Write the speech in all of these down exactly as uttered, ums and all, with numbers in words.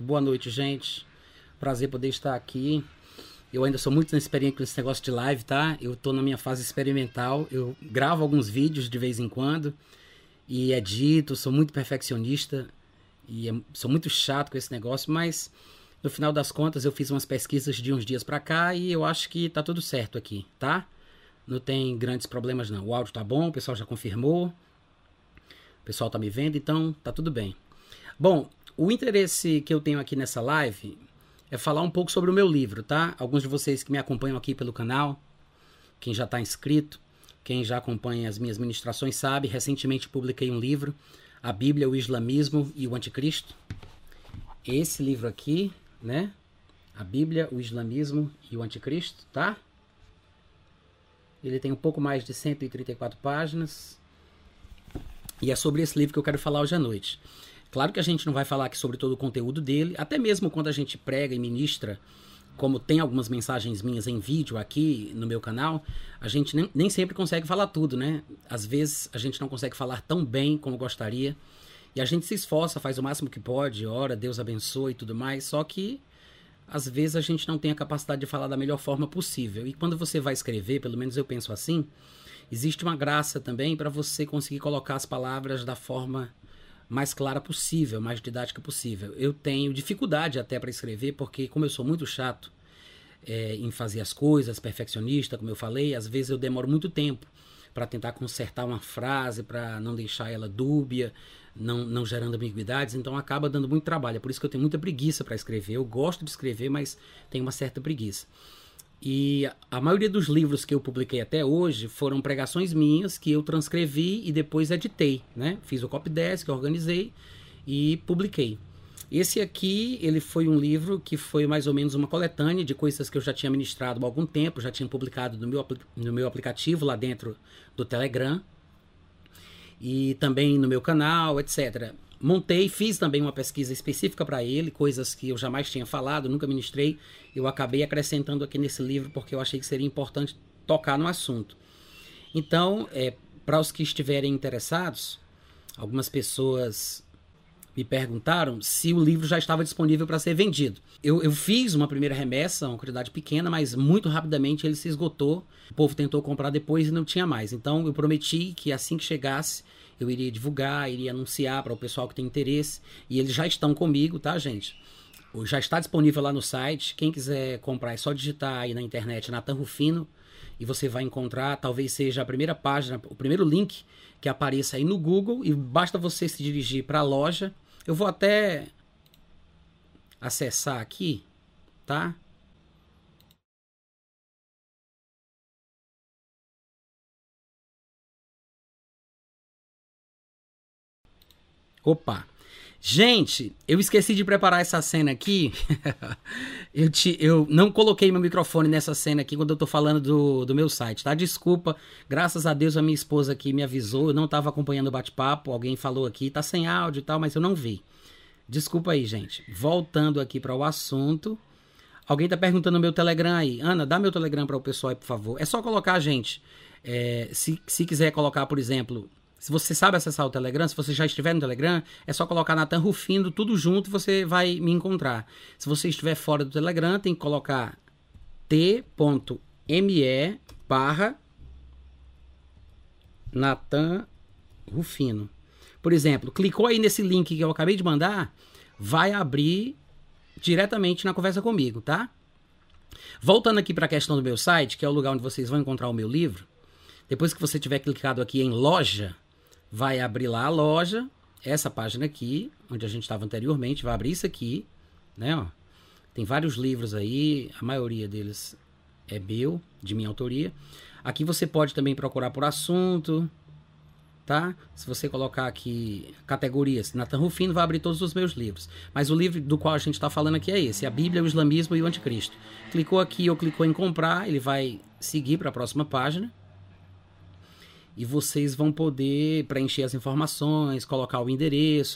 Boa noite, gente. Prazer poder estar aqui. Eu ainda sou muito inexperiente com esse negócio de live, tá? Eu tô na minha fase experimental. Eu gravo alguns vídeos de vez em quando e edito, sou muito perfeccionista e é, sou muito chato com esse negócio, mas no final das contas eu fiz umas pesquisas de uns dias pra cá e eu acho que tá tudo certo aqui, tá? Não tem grandes problemas não. O áudio tá bom, o pessoal já confirmou. O pessoal tá me vendo, então tá tudo bem. Bom, o interesse que eu tenho aqui nessa live é falar um pouco sobre o meu livro, tá? Alguns de vocês que me acompanham aqui pelo canal, quem já está inscrito, quem já acompanha as minhas ministrações sabe, recentemente publiquei um livro, A Bíblia, o Islamismo e o Anticristo. Esse livro aqui, né? A Bíblia, o Islamismo e o Anticristo, tá? Ele tem um pouco mais de cento e trinta e quatro páginas. E é sobre esse livro que eu quero falar hoje à noite. Claro que a gente não vai falar aqui sobre todo o conteúdo dele, até mesmo quando a gente prega e ministra, como tem algumas mensagens minhas em vídeo aqui no meu canal, a gente nem, nem sempre consegue falar tudo, né? Às vezes a gente não consegue falar tão bem como gostaria, e a gente se esforça, faz o máximo que pode, ora, Deus abençoe e tudo mais, só que às vezes a gente não tem a capacidade de falar da melhor forma possível. E quando você vai escrever, pelo menos eu penso assim, existe uma graça também para você conseguir colocar as palavras da forma mais clara possível, mais didática possível. Eu tenho dificuldade até para escrever, porque como eu sou muito chato é, em fazer as coisas, perfeccionista, como eu falei, às vezes eu demoro muito tempo para tentar consertar uma frase, para não deixar ela dúbia, não, não gerando ambiguidades, então acaba dando muito trabalho. É por isso que eu tenho muita preguiça para escrever. Eu gosto de escrever, mas tenho uma certa preguiça. E a maioria dos livros que eu publiquei até hoje foram pregações minhas que eu transcrevi e depois editei, né? Fiz o copydesk, organizei e publiquei. Esse aqui, ele foi um livro que foi mais ou menos uma coletânea de coisas que eu já tinha ministrado há algum tempo, já tinha publicado no meu, no meu aplicativo lá dentro do Telegram e também no meu canal, etcétera. Montei, fiz também uma pesquisa específica para ele, coisas que eu jamais tinha falado, nunca ministrei. Eu acabei acrescentando aqui nesse livro porque eu achei que seria importante tocar no assunto. Então, é, para os que estiverem interessados, algumas pessoas me perguntaram se o livro já estava disponível para ser vendido. Eu, eu fiz uma primeira remessa, uma quantidade pequena, mas muito rapidamente ele se esgotou. O povo tentou comprar depois e não tinha mais. Então, eu prometi que assim que chegasse, eu iria divulgar, iria anunciar para o pessoal que tem interesse. E eles já estão comigo, tá, gente? Já está disponível lá no site. Quem quiser comprar é só digitar aí na internet Nathan Rufino e você vai encontrar, talvez seja a primeira página, o primeiro link que apareça aí no Google e basta você se dirigir para a loja. Eu vou até acessar aqui, tá? Opa! Gente, eu esqueci de preparar essa cena aqui. eu, te, eu não coloquei meu microfone nessa cena aqui quando eu tô falando do, do meu site, tá? Desculpa, graças a Deus a minha esposa aqui me avisou, eu não tava acompanhando o bate-papo, alguém falou aqui, tá sem áudio e tal, mas eu não vi. Desculpa aí, gente. Voltando aqui para o assunto. Alguém tá perguntando no meu Telegram aí. Ana, dá meu Telegram para o pessoal aí, por favor. É só colocar, gente. É, se, se quiser colocar, por exemplo... Se você sabe acessar o Telegram, se você já estiver no Telegram, é só colocar Nathan Rufino, tudo junto, e você vai me encontrar. Se você estiver fora do Telegram, tem que colocar t.me barra Nathan Rufino. Por exemplo, clicou aí nesse link que eu acabei de mandar, vai abrir diretamente na conversa comigo, tá? Voltando aqui para a questão do meu site, que é o lugar onde vocês vão encontrar o meu livro, depois que você tiver clicado aqui em loja, vai abrir lá a loja, essa página aqui, onde a gente estava anteriormente, vai abrir isso aqui, né, ó. Tem vários livros aí, a maioria deles é meu, de minha autoria. Aqui você pode também procurar por assunto, tá? Se você colocar aqui categorias, Nathan Rufino vai abrir todos os meus livros. Mas o livro do qual a gente está falando aqui é esse, A Bíblia, o Islamismo e o Anticristo. Clicou aqui ou clicou em comprar, ele vai seguir para a próxima página. E vocês vão poder preencher as informações, colocar o endereço.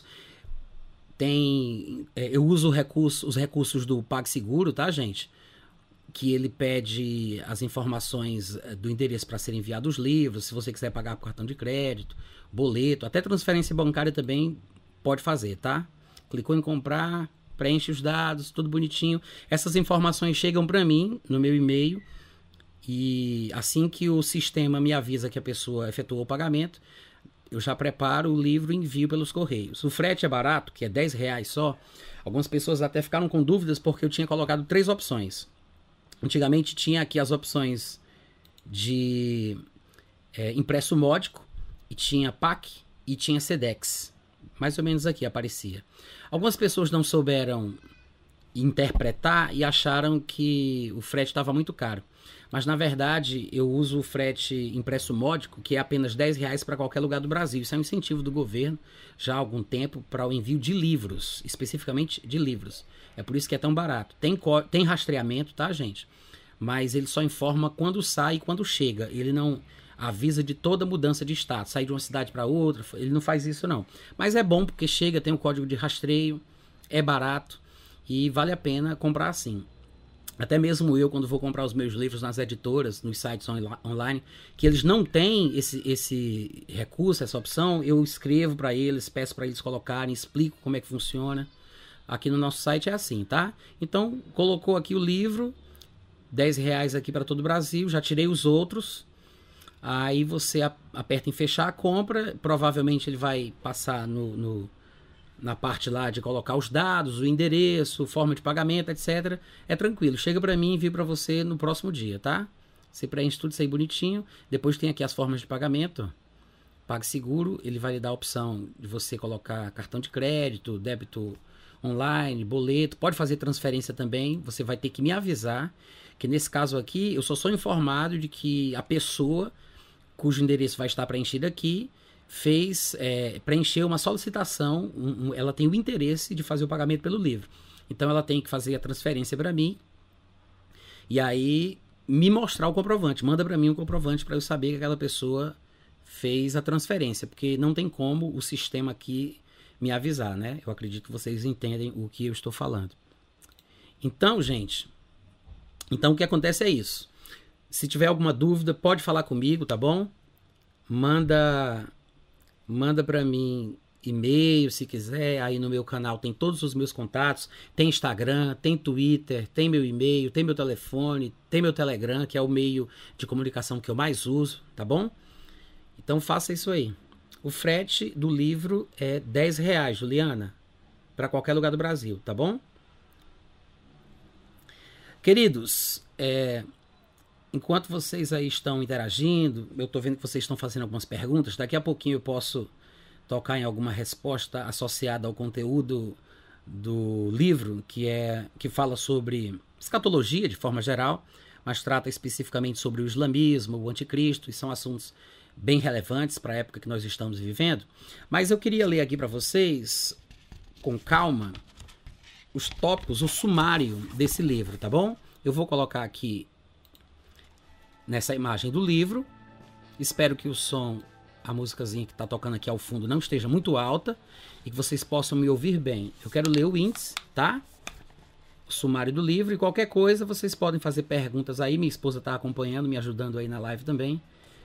Tem, eu uso o recurso, os recursos do PagSeguro, tá, gente? Que ele pede as informações do endereço para serem enviados os livros. Se você quiser pagar por cartão de crédito, boleto, até transferência bancária também pode fazer, tá? Clicou em comprar, preenche os dados, tudo bonitinho. Essas informações chegam para mim no meu e-mail e assim que o sistema me avisa que a pessoa efetuou o pagamento, eu já preparo o livro e envio pelos correios. O frete é barato, que é dez reais só. Algumas pessoas até ficaram com dúvidas porque eu tinha colocado três opções. Antigamente tinha aqui as opções de é, impresso módico, e tinha P A C e tinha Sedex. Mais ou menos aqui aparecia. Algumas pessoas não souberam interpretar e acharam que o frete estava muito caro. Mas, na verdade, eu uso o frete impresso módico, que é apenas dez reais para qualquer lugar do Brasil. Isso é um incentivo do governo, já há algum tempo, para o envio de livros, especificamente de livros. É por isso que é tão barato. Tem, tem rastreamento, tá, gente? Mas ele só informa quando sai e quando chega. Ele não avisa de toda mudança de estado, sair de uma cidade para outra, ele não faz isso não. Mas é bom porque chega, tem um código de rastreio, é barato e vale a pena comprar assim. Até mesmo eu, quando vou comprar os meus livros nas editoras, nos sites on online, que eles não têm esse, esse recurso, essa opção, eu escrevo para eles, peço para eles colocarem, explico como é que funciona. Aqui no nosso site é assim, tá? Então, colocou aqui o livro, dez reais aqui para todo o Brasil, já tirei os outros. Aí você aperta em fechar a compra, provavelmente ele vai passar no, no, na parte lá de colocar os dados, o endereço, forma de pagamento, etcétera. É tranquilo, chega para mim e envio para você no próximo dia, tá? Você preenche tudo isso aí bonitinho. Depois tem aqui as formas de pagamento. PagSeguro, ele vai lhe dar a opção de você colocar cartão de crédito, débito online, boleto. Pode fazer transferência também, você vai ter que me avisar, que nesse caso aqui eu só sou informado de que a pessoa cujo endereço vai estar preenchido aqui, fez, é, preencheu uma solicitação, um, um, ela tem o interesse de fazer o pagamento pelo livro. Então ela tem que fazer a transferência para mim e aí me mostrar o comprovante, manda para mim um comprovante para eu saber que aquela pessoa fez a transferência, porque não tem como o sistema aqui me avisar, né? Eu acredito que vocês entendem o que eu estou falando. Então, gente, então o que acontece é isso. Se tiver alguma dúvida, pode falar comigo, tá bom? Manda, manda para mim e-mail, se quiser. Aí no meu canal tem todos os meus contatos. Tem Instagram, tem Twitter, tem meu e-mail, tem meu telefone, tem meu Telegram, que é o meio de comunicação que eu mais uso, tá bom? Então faça isso aí. O frete do livro é dez reais, Juliana, para qualquer lugar do Brasil, tá bom? Queridos, é... enquanto vocês aí estão interagindo, eu estou vendo que vocês estão fazendo algumas perguntas. Daqui a pouquinho eu posso tocar em alguma resposta associada ao conteúdo do livro, que, é, que fala sobre escatologia de forma geral, mas trata especificamente sobre o islamismo, o anticristo, e são assuntos bem relevantes para a época que nós estamos vivendo. Mas eu queria ler aqui para vocês, com calma, os tópicos, o sumário desse livro, tá bom? Eu vou colocar aqui nessa imagem do livro. Espero que o som, a musicazinha que está tocando aqui ao fundo, não esteja muito alta e que vocês possam me ouvir bem. Eu quero ler o índice, tá? O sumário do livro, e qualquer coisa vocês podem fazer perguntas aí. Minha esposa está acompanhando, me ajudando aí na live também.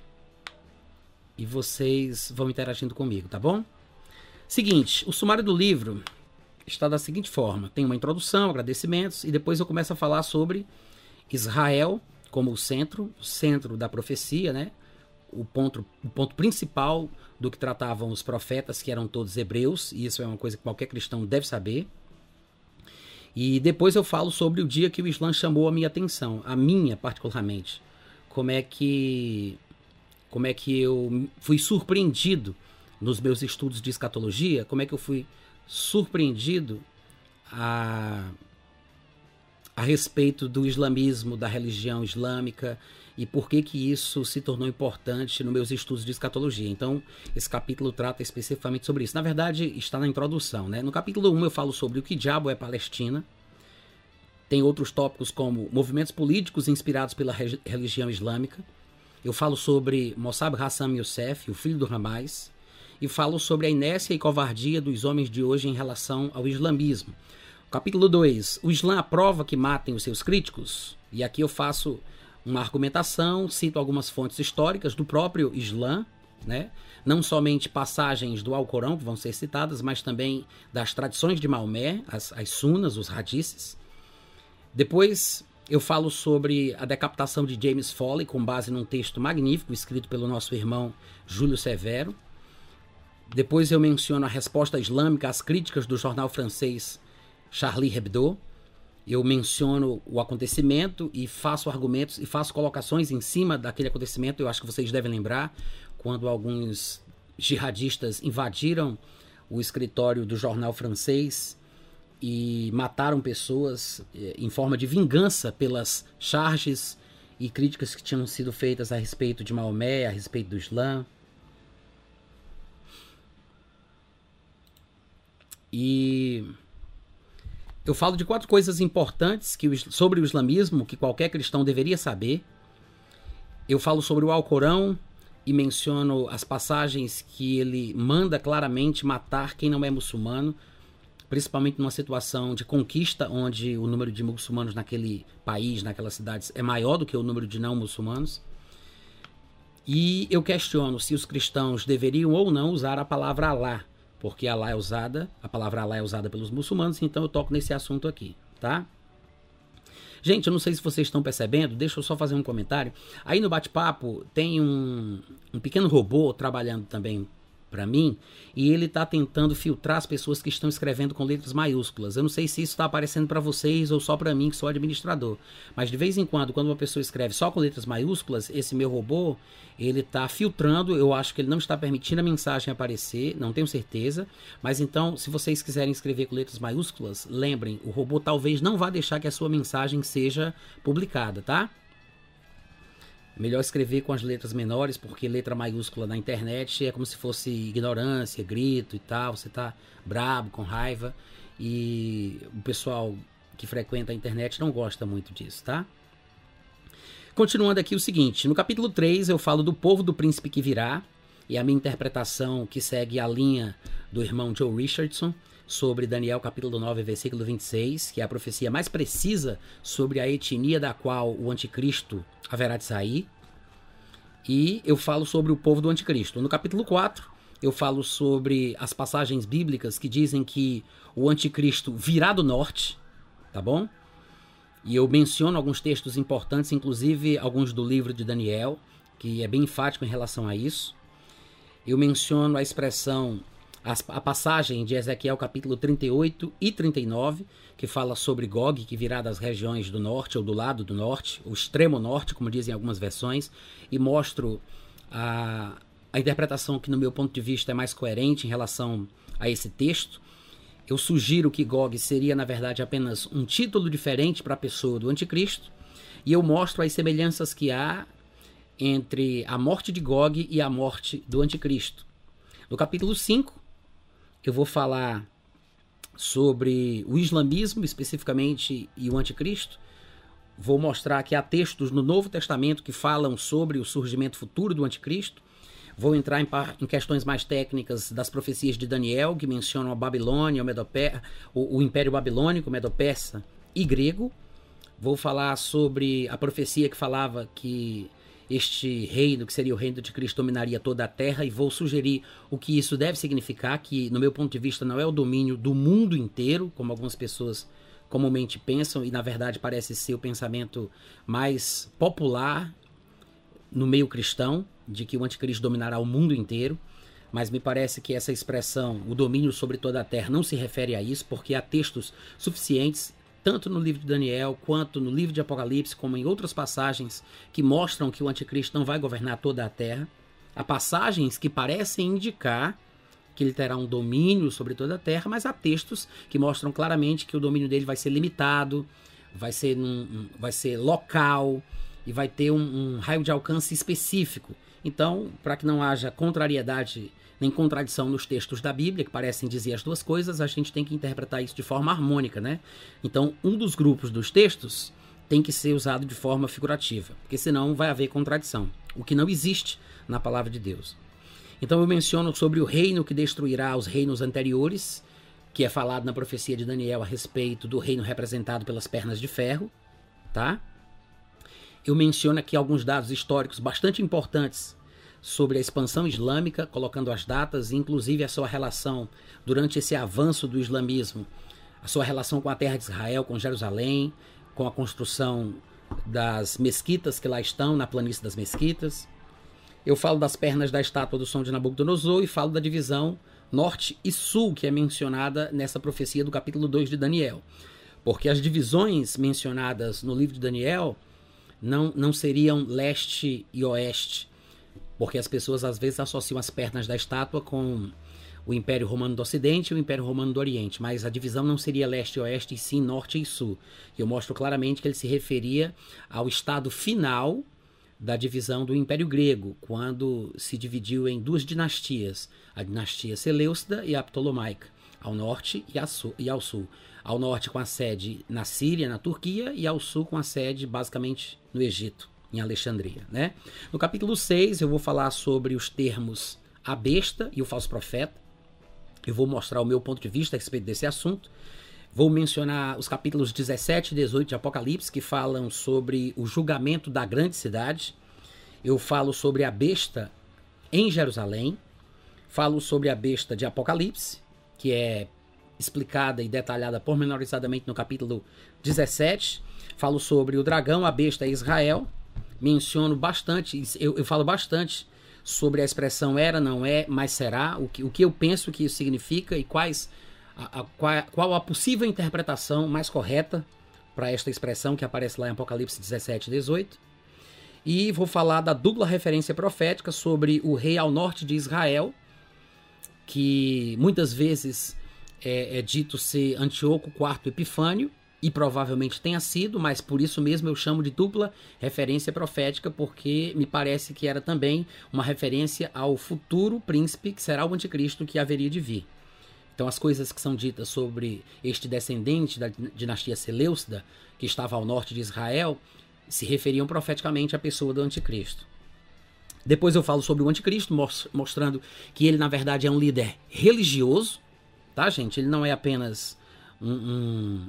E vocês vão interagindo comigo, tá bom? Seguinte, o sumário do livro está da seguinte forma. Tem uma introdução, agradecimentos, e depois eu começo a falar sobre Israel como o centro, o centro da profecia, né? O ponto, o ponto principal do que tratavam os profetas, que eram todos hebreus, e isso é uma coisa que qualquer cristão deve saber. E depois eu falo sobre o dia que o Islã chamou a minha atenção, a minha particularmente. Como é que, como é que eu fui surpreendido nos meus estudos de escatologia, como é que eu fui surpreendido a... a respeito do islamismo, da religião islâmica, e por que que isso se tornou importante nos meus estudos de escatologia. Então, esse capítulo trata especificamente sobre isso. Na verdade, está na introdução, né? No capítulo um eu falo sobre o que diabo é Palestina. Tem outros tópicos como movimentos políticos inspirados pela religião islâmica. Eu falo sobre Mossab Hassan Youssef, o filho do Hamas. E falo sobre a inércia e covardia dos homens de hoje em relação ao islamismo. Capítulo dois. O Islã aprova que matem os seus críticos? E aqui eu faço uma argumentação, cito algumas fontes históricas do próprio Islã, né? Não somente passagens do Alcorão que vão ser citadas, mas também das tradições de Maomé, as, as sunas, os hadices. Depois eu falo sobre a decapitação de James Foley, com base num texto magnífico escrito pelo nosso irmão Júlio Severo. Depois eu menciono a resposta islâmica às críticas do jornal francês Charlie Hebdo. Eu menciono o acontecimento e faço argumentos e faço colocações em cima daquele acontecimento. Eu acho que vocês devem lembrar quando alguns jihadistas invadiram o escritório do jornal francês e mataram pessoas em forma de vingança pelas charges e críticas que tinham sido feitas a respeito de Maomé, a respeito do Islã. E eu falo de quatro coisas importantes que, sobre o islamismo que qualquer cristão deveria saber. Eu falo sobre o Alcorão e menciono as passagens que ele manda claramente matar quem não é muçulmano, principalmente numa situação de conquista, onde o número de muçulmanos naquele país, naquelas cidades, é maior do que o número de não muçulmanos. E eu questiono se os cristãos deveriam ou não usar a palavra Alá, porque Alá é usada, a palavra Alá é usada pelos muçulmanos, então eu toco nesse assunto aqui, tá? Gente, eu não sei se vocês estão percebendo, deixa eu só fazer um comentário. Aí no bate-papo tem um, um pequeno robô trabalhando também para mim, e ele está tentando filtrar as pessoas que estão escrevendo com letras maiúsculas. Eu não sei se isso está aparecendo para vocês ou só para mim, que sou administrador. Mas de vez em quando, quando uma pessoa escreve só com letras maiúsculas, esse meu robô, ele está filtrando. Eu acho que ele não está permitindo a mensagem aparecer, não tenho certeza. Mas então, se vocês quiserem escrever com letras maiúsculas, lembrem, o robô talvez não vá deixar que a sua mensagem seja publicada, tá? Melhor escrever com as letras menores, porque letra maiúscula na internet é como se fosse ignorância, grito e tal. Você tá brabo, com raiva. E o pessoal que frequenta a internet não gosta muito disso, tá? Continuando aqui o seguinte. No capítulo três eu falo do povo do príncipe que virá. E a minha interpretação que segue a linha do irmão Joe Richardson sobre Daniel capítulo nove, versículo vinte e seis, que é a profecia mais precisa sobre a etnia da qual o anticristo haverá de sair. E eu falo sobre o povo do anticristo. No capítulo quatro, eu falo sobre as passagens bíblicas que dizem que o anticristo virá do norte, tá bom? E eu menciono alguns textos importantes, inclusive alguns do livro de Daniel, que é bem enfático em relação a isso. Eu menciono a expressão, a passagem de Ezequiel capítulo trinta e oito e trinta e nove, que fala sobre Gog, que virá das regiões do norte, ou do lado do norte, o extremo norte, como dizem algumas versões, e mostro a, a interpretação que, no meu ponto de vista, é mais coerente em relação a esse texto. Eu sugiro que Gog seria, na verdade, apenas um título diferente para a pessoa do anticristo, e eu mostro as semelhanças que há entre a morte de Gog e a morte do anticristo. No capítulo cinco, eu vou falar sobre o islamismo, especificamente, e o anticristo. Vou mostrar que há textos no Novo Testamento que falam sobre o surgimento futuro do anticristo. Vou entrar em, em questões mais técnicas das profecias de Daniel, que mencionam a Babilônia, o, Medopé, o, o Império Babilônico, Medo-Persa e grego. Vou falar sobre a profecia que falava que este reino, que seria o reino de Cristo, dominaria toda a terra, e vou sugerir o que isso deve significar, que, no meu ponto de vista, não é o domínio do mundo inteiro, como algumas pessoas comumente pensam, e, na verdade, parece ser o pensamento mais popular no meio cristão, de que o anticristo dominará o mundo inteiro. Mas me parece que essa expressão, o domínio sobre toda a terra, não se refere a isso, porque há textos suficientes, tanto no livro de Daniel, quanto no livro de Apocalipse, como em outras passagens que mostram que o anticristo não vai governar toda a terra. Há passagens que parecem indicar que ele terá um domínio sobre toda a terra, mas há textos que mostram claramente que o domínio dele vai ser limitado, vai ser, num, vai ser local e vai ter um, um raio de alcance específico. Então, para que não haja contrariedade nem contradição nos textos da Bíblia, que parecem dizer as duas coisas, a gente tem que interpretar isso de forma harmônica, né? Então, um dos grupos dos textos tem que ser usado de forma figurativa, porque senão vai haver contradição, o que não existe na palavra de Deus. Então, eu menciono sobre o reino que destruirá os reinos anteriores, que é falado na profecia de Daniel a respeito do reino representado pelas pernas de ferro, tá? Eu menciono aqui alguns dados históricos bastante importantes sobre a expansão islâmica, colocando as datas, inclusive a sua relação durante esse avanço do islamismo, a sua relação com a terra de Israel, com Jerusalém, com a construção das mesquitas que lá estão, na planície das mesquitas. Eu falo das pernas da estátua do som de Nabucodonosor e falo da divisão norte e sul, que é mencionada nessa profecia do capítulo dois de Daniel. Porque as divisões mencionadas no livro de Daniel não, não seriam leste e oeste, porque as pessoas às vezes associam as pernas da estátua com o Império Romano do Ocidente e o Império Romano do Oriente, mas a divisão não seria leste e oeste, e sim norte e sul. Eu mostro claramente que ele se referia ao estado final da divisão do Império Grego, quando se dividiu em duas dinastias, a dinastia Seleucida e a Ptolomaica, ao norte e, a sul, e ao sul. Ao norte com a sede na Síria, na Turquia, e ao sul com a sede basicamente no Egito, em Alexandria, né? No capítulo seis eu vou falar sobre os termos a besta e o falso profeta. Eu vou mostrar o meu ponto de vista a respeito desse assunto. Vou mencionar os capítulos dezessete e dezoito de Apocalipse, que falam sobre o julgamento da grande cidade. Eu falo sobre a besta em Jerusalém. Falo sobre a besta de Apocalipse, que é explicada e detalhada pormenorizadamente no capítulo dezessete. Falo sobre o dragão, a besta e Israel. Menciono bastante, eu, eu falo bastante sobre a expressão era, não é, mas será, o que, o que eu penso que isso significa e quais, a, a, qual, qual a possível interpretação mais correta para esta expressão que aparece lá em Apocalipse dezessete e dezoito. E vou falar da dupla referência profética sobre o rei ao norte de Israel, que muitas vezes é, é dito ser Antíoco quarto Epifânio, e provavelmente tenha sido, mas por isso mesmo eu chamo de dupla referência profética, porque me parece que era também uma referência ao futuro príncipe, que será o anticristo que haveria de vir. Então as coisas que são ditas sobre este descendente da dinastia Seleucida, que estava ao norte de Israel, se referiam profeticamente à pessoa do anticristo. Depois eu falo sobre o anticristo, mostrando que ele na verdade é um líder religioso, tá, gente? Ele não é apenas um... um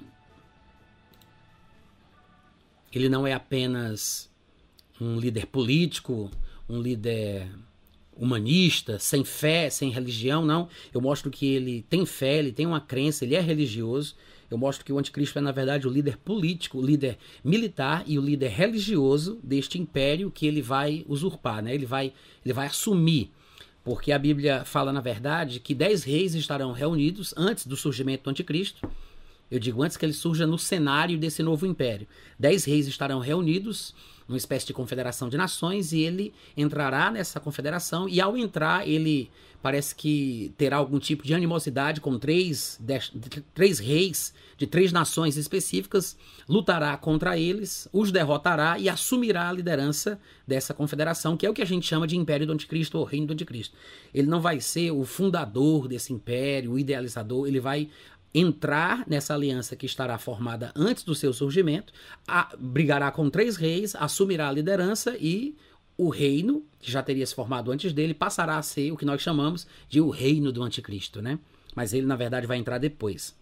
Ele não é apenas um líder político, um líder humanista, sem fé, sem religião, não. Eu mostro que ele tem fé, ele tem uma crença, ele é religioso. Eu mostro que o anticristo é, na verdade, o líder político, o líder militar e o líder religioso deste império que ele vai usurpar, né? Ele vai, ele vai assumir. Porque a Bíblia fala, na verdade, que dez reis estarão reunidos antes do surgimento do anticristo. Eu digo antes que ele surja no cenário desse novo império. Dez reis estarão reunidos numa espécie de confederação de nações e ele entrará nessa confederação e ao entrar ele parece que terá algum tipo de animosidade com três, dez, três reis de três nações específicas, lutará contra eles, os derrotará e assumirá a liderança dessa confederação, que é o que a gente chama de Império do Anticristo ou Reino do Anticristo. Ele não vai ser o fundador desse império, o idealizador, ele vai entrar nessa aliança que estará formada antes do seu surgimento, a, brigará com três reis, assumirá a liderança e o reino, que já teria se formado antes dele, passará a ser o que nós chamamos de o reino do anticristo, né? Mas ele, na verdade, vai entrar depois.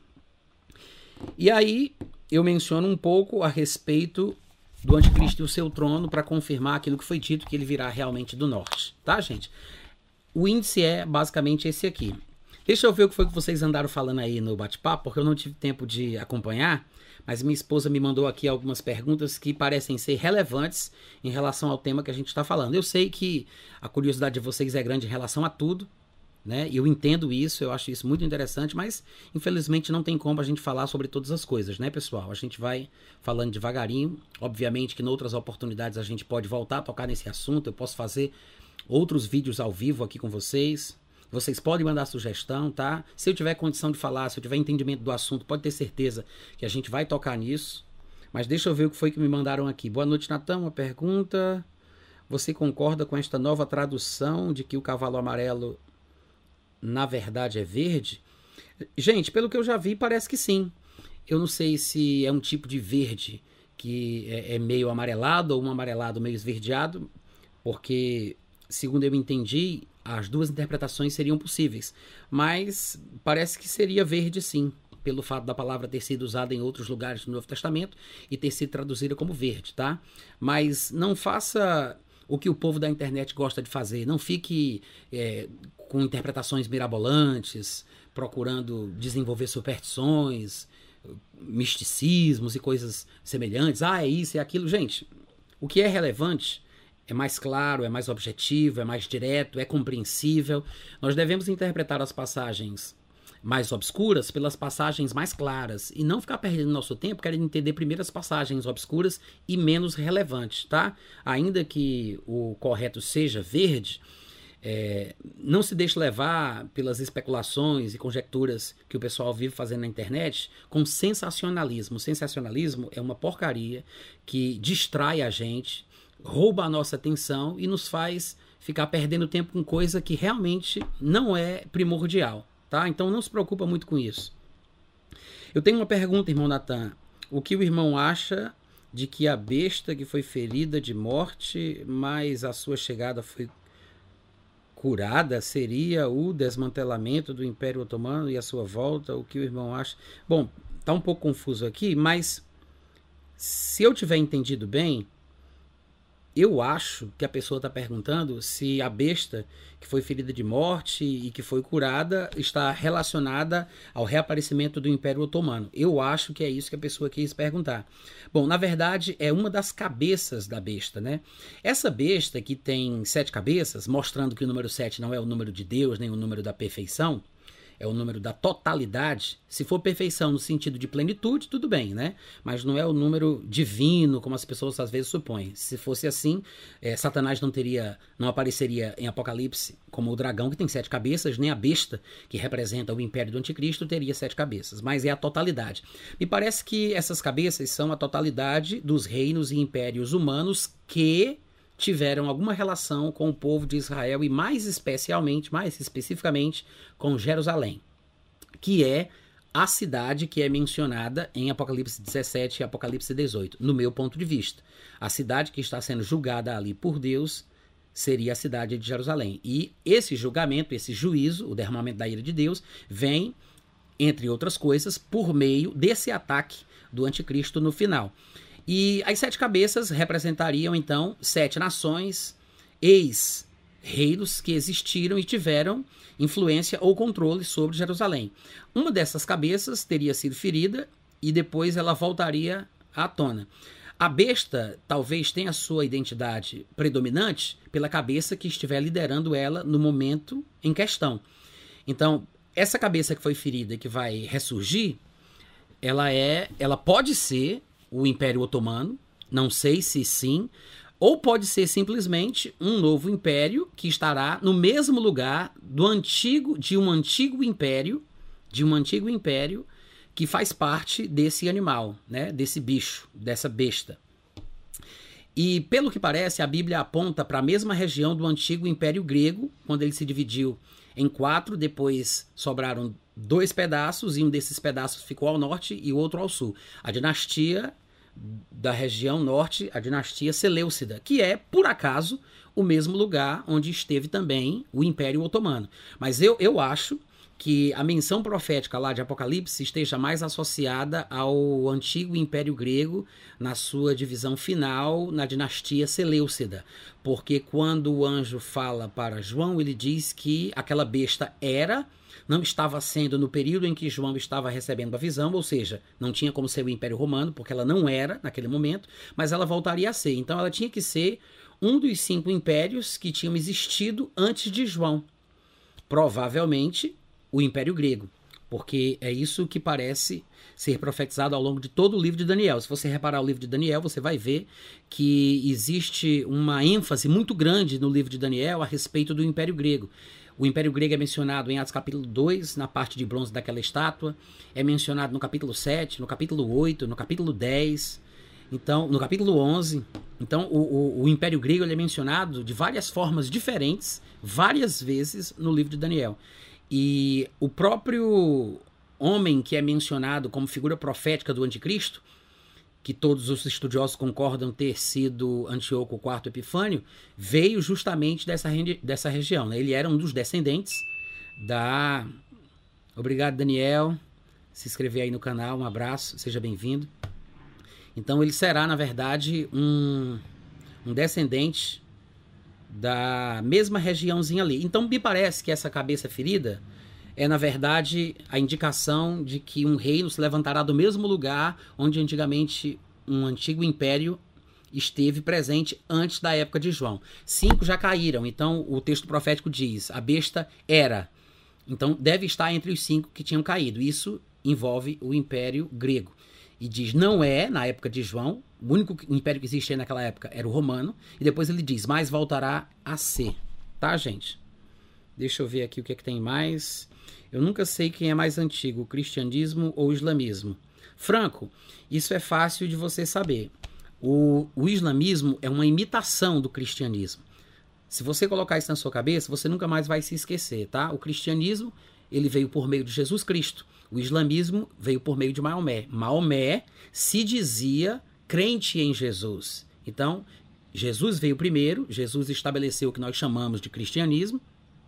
E aí, eu menciono um pouco a respeito do anticristo e o seu trono para confirmar aquilo que foi dito, que ele virá realmente do norte, tá, gente? O índice é basicamente esse aqui. Deixa eu ver o que foi que vocês andaram falando aí no bate-papo, porque eu não tive tempo de acompanhar, mas minha esposa me mandou aqui algumas perguntas que parecem ser relevantes em relação ao tema que a gente está falando. Eu sei que a curiosidade de vocês é grande em relação a tudo, né? Eu entendo isso, eu acho isso muito interessante, mas infelizmente não tem como a gente falar sobre todas as coisas, né, pessoal? A gente vai falando devagarinho. Obviamente que em outras oportunidades a gente pode voltar a tocar nesse assunto, eu posso fazer outros vídeos ao vivo aqui com vocês. Vocês podem mandar sugestão, tá? Se eu tiver condição de falar, se eu tiver entendimento do assunto, pode ter certeza que a gente vai tocar nisso. Mas deixa eu ver o que foi que me mandaram aqui. Boa noite, Natan. Uma pergunta. Você concorda com esta nova tradução de que o cavalo amarelo, na verdade, é verde? Gente, pelo que eu já vi, parece que sim. Eu não sei se é um tipo de verde que é, é meio amarelado ou um amarelado meio esverdeado, porque, segundo eu entendi, as duas interpretações seriam possíveis, mas parece que seria verde sim, pelo fato da palavra ter sido usada em outros lugares do Novo Testamento e ter sido traduzida como verde, tá? Mas não faça o que o povo da internet gosta de fazer. Não fique é, com interpretações mirabolantes, procurando desenvolver superstições, misticismos e coisas semelhantes. Ah, é isso, é aquilo. Gente, o que é relevante é mais claro, é mais objetivo, é mais direto, é compreensível. Nós devemos interpretar as passagens mais obscuras pelas passagens mais claras e não ficar perdendo nosso tempo querendo entender primeiro as passagens obscuras e menos relevantes, tá? Ainda que o correto seja verde, é, não se deixe levar pelas especulações e conjecturas que o pessoal vive fazendo na internet com sensacionalismo. O sensacionalismo é uma porcaria que distrai a gente, rouba a nossa atenção e nos faz ficar perdendo tempo com coisa que realmente não é primordial. Tá? Então não se preocupa muito com isso. Eu tenho uma pergunta, irmão Natan. O que o irmão acha de que a besta que foi ferida de morte, mas a sua chegada foi curada, seria o desmantelamento do Império Otomano e a sua volta? O que o irmão acha? Bom, tá um pouco confuso aqui, mas se eu tiver entendido bem, eu acho que a pessoa está perguntando se a besta que foi ferida de morte e que foi curada está relacionada ao reaparecimento do Império Otomano. Eu acho que é isso que a pessoa quis perguntar. Bom, na verdade, é uma das cabeças da besta, né? Essa besta que tem sete cabeças, mostrando que o número sete não é o número de Deus, nem o número da perfeição, é o número da totalidade. Se for perfeição no sentido de plenitude, tudo bem, né? Mas não é o número divino, como as pessoas às vezes supõem. Se fosse assim, é, Satanás não teria, não apareceria em Apocalipse como o dragão que tem sete cabeças, nem a besta que representa o império do anticristo teria sete cabeças. Mas é a totalidade. Me parece que essas cabeças são a totalidade dos reinos e impérios humanos que tiveram alguma relação com o povo de Israel e mais especialmente, mais especificamente, com Jerusalém, que é a cidade que é mencionada em Apocalipse dezessete e Apocalipse dezoito, no meu ponto de vista. A cidade que está sendo julgada ali por Deus seria a cidade de Jerusalém. E esse julgamento, esse juízo, o derramamento da ira de Deus, vem, entre outras coisas, por meio desse ataque do anticristo no final. E as sete cabeças representariam, então, sete nações, ex-reinos que existiram e tiveram influência ou controle sobre Jerusalém. Uma dessas cabeças teria sido ferida e depois ela voltaria à tona. A besta talvez tenha sua identidade predominante pela cabeça que estiver liderando ela no momento em questão. Então, essa cabeça que foi ferida e que vai ressurgir, ela, é, ela pode ser o Império Otomano, não sei se sim, ou pode ser simplesmente um novo império que estará no mesmo lugar do antigo, de um antigo império, de um antigo império que faz parte desse animal, né, desse bicho, dessa besta. E pelo que parece, a Bíblia aponta para a mesma região do antigo Império Grego, quando ele se dividiu em quatro, depois sobraram dois pedaços, e um desses pedaços ficou ao norte e o outro ao sul. A dinastia da região norte, a dinastia Seleucida, que é, por acaso, o mesmo lugar onde esteve também o Império Otomano. Mas eu, eu acho que a menção profética lá de Apocalipse esteja mais associada ao antigo Império Grego, na sua divisão final, na dinastia Seleucida. Porque quando o anjo fala para João, ele diz que aquela besta era... não estava sendo no período em que João estava recebendo a visão, ou seja, não tinha como ser o Império Romano, porque ela não era naquele momento, mas ela voltaria a ser. Então ela tinha que ser um dos cinco impérios que tinham existido antes de João. Provavelmente o Império Grego, porque é isso que parece ser profetizado ao longo de todo o livro de Daniel. Se você reparar o livro de Daniel, você vai ver que existe uma ênfase muito grande no livro de Daniel a respeito do Império Grego. O Império Grego é mencionado em Atos capítulo dois, na parte de bronze daquela estátua. É mencionado no capítulo sete, no capítulo oito, no capítulo dez, então, no capítulo onze. Então, o, o, o Império Grego ele é mencionado de várias formas diferentes, várias vezes no livro de Daniel. E o próprio homem que é mencionado como figura profética do anticristo, que todos os estudiosos concordam ter sido Antíoco quarto Epifânio, veio justamente dessa, dessa região, né? Ele era um dos descendentes da... Obrigado, Daniel. Se inscrever aí no canal, um abraço, seja bem-vindo. Então ele será, na verdade, um, um descendente da mesma regiãozinha ali. Então me parece que essa cabeça ferida é, na verdade, a indicação de que um reino se levantará do mesmo lugar onde antigamente um antigo império esteve presente antes da época de João. Cinco já caíram, então o texto profético diz, a besta era. Então deve estar entre os cinco que tinham caído. Isso envolve o Império Grego. E diz, não é, na época de João, o único império que existia naquela época era o romano. E depois ele diz, mas voltará a ser. Tá, gente? Deixa eu ver aqui o que é que tem mais. Eu nunca sei quem é mais antigo, o cristianismo ou o islamismo. Franco, isso é fácil de você saber. O, o islamismo é uma imitação do cristianismo. Se você colocar isso na sua cabeça, você nunca mais vai se esquecer, tá? O cristianismo, ele veio por meio de Jesus Cristo. O islamismo veio por meio de Maomé. Maomé se dizia crente em Jesus. Então, Jesus veio primeiro, Jesus estabeleceu o que nós chamamos de cristianismo,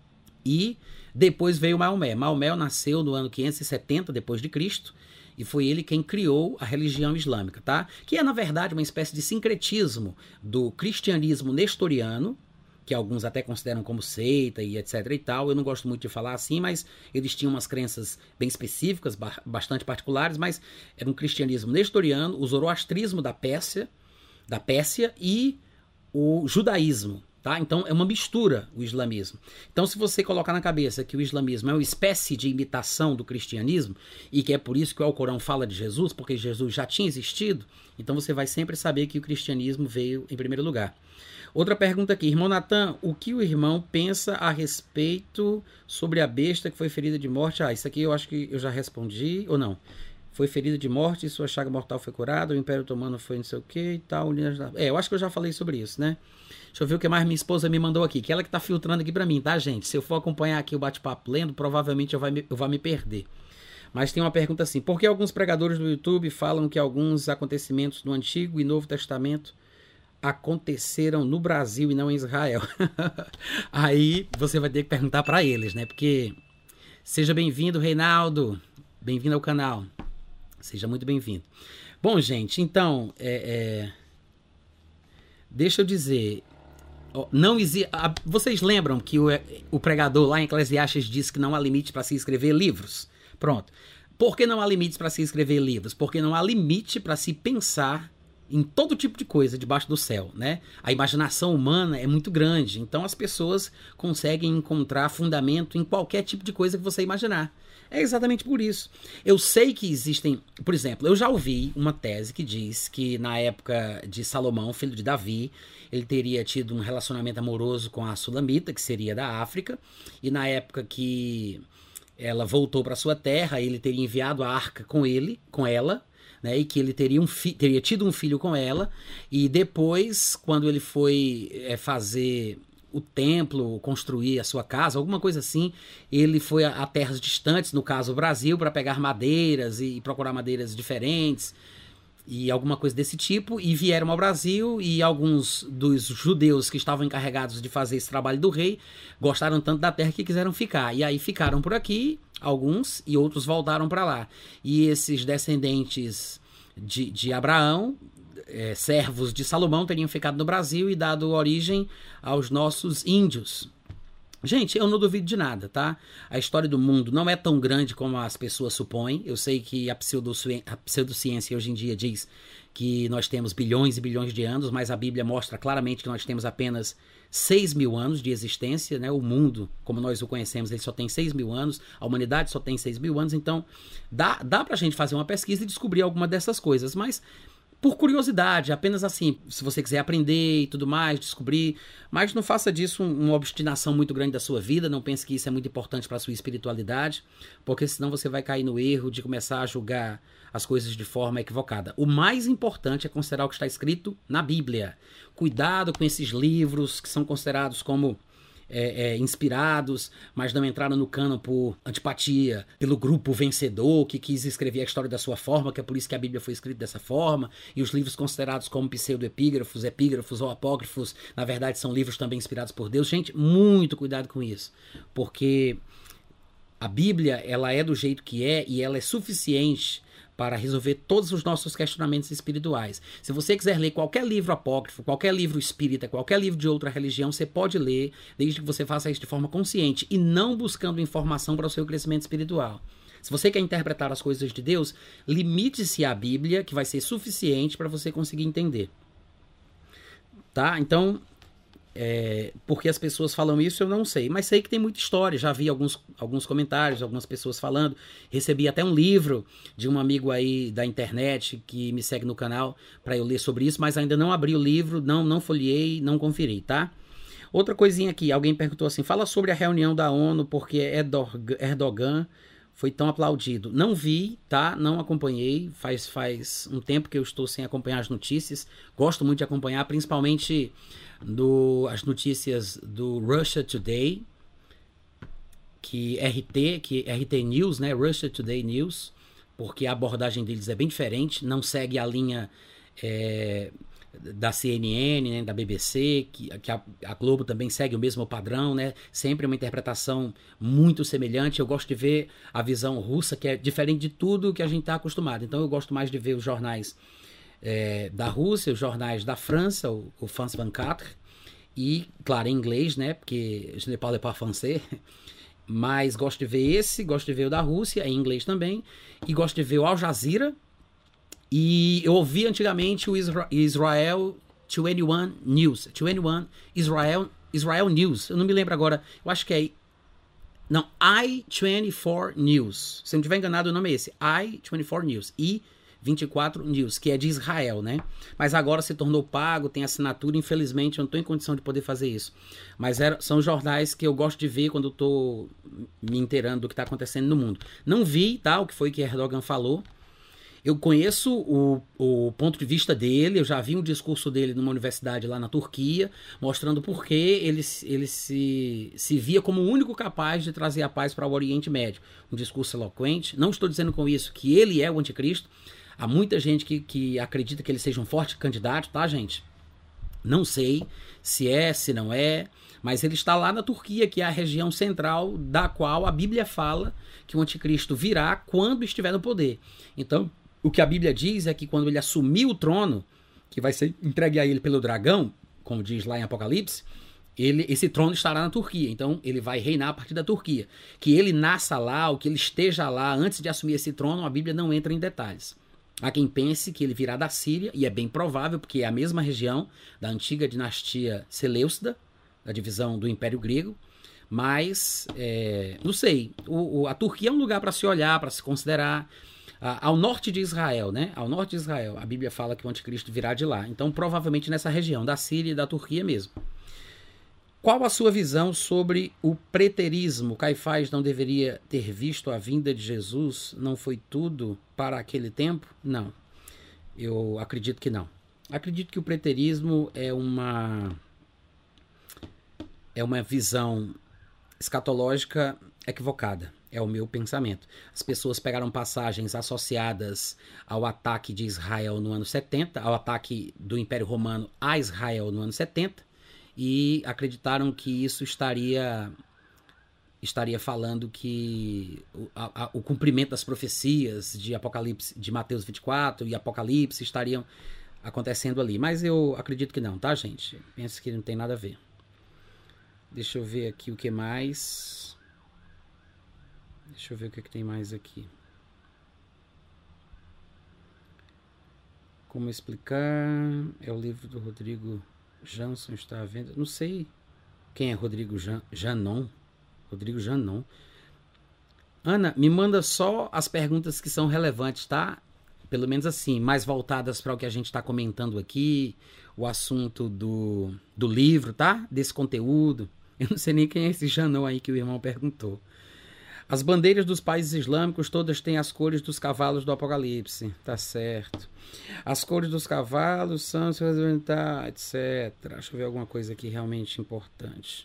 e depois veio Maomé. Maomé nasceu no ano quinhentos e setenta depois de Cristo, e foi ele quem criou a religião islâmica, tá? Que é, na verdade, uma espécie de sincretismo do cristianismo nestoriano, que alguns até consideram como seita e etc e tal. Eu não gosto muito de falar assim, mas eles tinham umas crenças bem específicas, bastante particulares, mas era um cristianismo nestoriano, o zoroastrismo da Pérsia, da Pérsia e o judaísmo. Tá? Então é uma mistura o islamismo. Então, se você colocar na cabeça que o islamismo é uma espécie de imitação do cristianismo, e que é por isso que o Alcorão fala de Jesus, porque Jesus já tinha existido, então você vai sempre saber que o cristianismo veio em primeiro lugar. Outra pergunta aqui, irmão Natan, o que o irmão pensa a respeito sobre a besta que foi ferida de morte? Ah, isso aqui eu acho que eu já respondi, ou não? Foi ferida de morte, sua chaga mortal foi curada, o Império Otomano foi não sei o que e tal. É, eu acho que eu já falei sobre isso, né? Deixa eu ver o que mais minha esposa me mandou aqui, que ela que tá filtrando aqui pra mim, tá, gente? Se eu for acompanhar aqui o bate-papo lendo, provavelmente eu, vai me, eu vou me perder. Mas tem uma pergunta assim, por que alguns pregadores do YouTube falam que alguns acontecimentos do Antigo e Novo Testamento aconteceram no Brasil e não em Israel? Aí você vai ter que perguntar pra eles, né? Porque seja bem-vindo, Reinaldo. Bem-vindo ao canal. Seja muito bem-vindo. Bom, gente, então, é, é... deixa eu dizer, não exi... vocês lembram que o, o pregador lá em Eclesiastes disse que não há limite para se escrever livros? Pronto. Por que não há limites para se escrever livros? Porque não há limite para se pensar em todo tipo de coisa debaixo do céu, né? A imaginação humana é muito grande, então as pessoas conseguem encontrar fundamento em qualquer tipo de coisa que você imaginar. É exatamente por isso. Eu sei que existem, por exemplo, eu já ouvi uma tese que diz que na época de Salomão, filho de Davi, ele teria tido um relacionamento amoroso com a Sulamita, que seria da África, e na época que ela voltou para sua terra, ele teria enviado a arca com ele, com ela, né, e que ele teria, um fi- teria tido um filho com ela, e depois, quando ele foi é, fazer o templo, construir a sua casa, alguma coisa assim, ele foi a, a terras distantes, no caso o Brasil, para pegar madeiras e, e procurar madeiras diferentes, e alguma coisa desse tipo, e vieram ao Brasil, e alguns dos judeus que estavam encarregados de fazer esse trabalho do rei, gostaram tanto da terra que quiseram ficar, e aí ficaram por aqui, alguns, e outros voltaram para lá, e esses descendentes de, de Abraão, é, servos de Salomão, teriam ficado no Brasil e dado origem aos nossos índios. Gente, eu não duvido de nada, tá? A história do mundo não é tão grande como as pessoas supõem. Eu sei que a, pseudociência, a pseudociência hoje em dia diz que nós temos bilhões e bilhões de anos, mas a Bíblia mostra claramente que nós temos apenas seis mil anos de existência, né? O mundo, como nós o conhecemos, ele só tem seis mil anos, a humanidade só tem seis mil anos, então dá, dá pra gente fazer uma pesquisa e descobrir alguma dessas coisas, mas por curiosidade, apenas assim, se você quiser aprender e tudo mais, descobrir, mas não faça disso uma obstinação muito grande da sua vida, não pense que isso é muito importante para a sua espiritualidade, porque senão você vai cair no erro de começar a julgar as coisas de forma equivocada. O mais importante é considerar o que está escrito na Bíblia. Cuidado com esses livros que são considerados como É, é, inspirados, mas não entraram no cano por antipatia, pelo grupo vencedor que quis escrever a história da sua forma, que é por isso que a Bíblia foi escrita dessa forma, e os livros considerados como pseudoepígrafos, epígrafos ou apócrifos, na verdade são livros também inspirados por Deus. Gente, muito cuidado com isso, porque a Bíblia, ela é do jeito que é, e ela é suficiente para resolver todos os nossos questionamentos espirituais. Se você quiser ler qualquer livro apócrifo, qualquer livro espírita, qualquer livro de outra religião, você pode ler, desde que você faça isso de forma consciente e não buscando informação para o seu crescimento espiritual. Se você quer interpretar as coisas de Deus, limite-se à Bíblia, que vai ser suficiente para você conseguir entender. Tá? Então, é, porque as pessoas falam isso, eu não sei. Mas sei que tem muita história. Já vi alguns, alguns comentários, algumas pessoas falando. Recebi até um livro de um amigo aí da internet que me segue no canal para eu ler sobre isso, mas ainda não abri o livro, não, não folhei, não conferi, tá? Outra coisinha aqui, alguém perguntou assim, fala sobre a reunião da ONU porque Erdogan foi tão aplaudido. Não vi, tá? Não acompanhei. Faz, faz um tempo que eu estou sem acompanhar as notícias. Gosto muito de acompanhar, principalmente do, as notícias do Russia Today, que R T, que R T News, né? Russia Today News, porque a abordagem deles é bem diferente, não segue a linha é, da C N N, né, da B B C, que, que a, a Globo também segue o mesmo padrão, né? Sempre uma interpretação muito semelhante. Eu gosto de ver a visão russa, que é diferente de tudo que a gente está acostumado. Então eu gosto mais de ver os jornais é, da Rússia, os jornais da França, o, o France vingt-quatre, e, claro, em inglês, né? Porque je ne parle pas français. Mas gosto de ver esse, gosto de ver o da Rússia, em inglês também, e gosto de ver o Al Jazeera. E eu ouvi antigamente o Isra Israel vinte e um News. vinte e um Israel, Israel News. Eu não me lembro agora. Eu acho que é... Não, I vinte e quatro News. Se eu não estiver enganado, o nome é esse. I vinte e quatro News. I vinte e quatro News, que é de Israel, né? Mas agora se tornou pago, tem assinatura. Infelizmente, eu não estou em condição de poder fazer isso. Mas era, são jornais que eu gosto de ver quando eu estou me inteirando do que está acontecendo no mundo. Não vi, tá? O que foi que Erdogan falou. Eu conheço o, o ponto de vista dele, eu já vi um discurso dele numa universidade lá na Turquia, mostrando por que ele, ele se, se via como o único capaz de trazer a paz para o Oriente Médio. Um discurso eloquente. Não estou dizendo com isso que ele é o anticristo. Há muita gente que, que acredita que ele seja um forte candidato, tá, gente? Não sei se é, se não é, mas ele está lá na Turquia, que é a região central da qual a Bíblia fala que o anticristo virá quando estiver no poder. Então, o que a Bíblia diz é que quando ele assumir o trono, que vai ser entregue a ele pelo dragão, como diz lá em Apocalipse, ele, esse trono estará na Turquia. Então, ele vai reinar a partir da Turquia. Que ele nasça lá, ou que ele esteja lá antes de assumir esse trono, a Bíblia não entra em detalhes. Há quem pense que ele virá da Síria, e é bem provável, porque é a mesma região da antiga dinastia Seleucida, da divisão do Império Grego, mas, é, não sei, o, o, a Turquia é um lugar para se olhar, para se considerar. A, ao norte de Israel, né? Ao norte de Israel, a Bíblia fala que o anticristo virá de lá. Então, provavelmente nessa região, da Síria e da Turquia mesmo. Qual a sua visão sobre o preterismo? Caifás não deveria ter visto a vinda de Jesus? Não foi tudo para aquele tempo? Não. Eu acredito que não. Acredito que o preterismo é uma, é uma visão escatológica equivocada. É o meu pensamento. As pessoas pegaram passagens associadas ao ataque de Israel no ano setenta, ao ataque do Império Romano a Israel no ano setenta, e acreditaram que isso estaria estaria falando que o, a, o cumprimento das profecias de Apocalipse, de Mateus vinte e quatro e Apocalipse estariam acontecendo ali. Mas eu acredito que não, tá, gente? Penso que não tem nada a ver. Deixa eu ver aqui o que mais. Deixa eu ver o que, que tem mais aqui. Como explicar? É o livro do Rodrigo Jansson, está à venda. Não sei quem é Rodrigo Jan, Janon. Rodrigo Janon. Ana, me manda só as perguntas que são relevantes, tá? Pelo menos assim, mais voltadas para o que a gente está comentando aqui, o assunto do, do livro, tá? Desse conteúdo. Eu não sei nem quem é esse Janon aí que o irmão perguntou. As bandeiras dos países islâmicos todas têm as cores dos cavalos do Apocalipse. Tá certo. As cores dos cavalos são, etcétera. Deixa eu ver alguma coisa aqui realmente importante.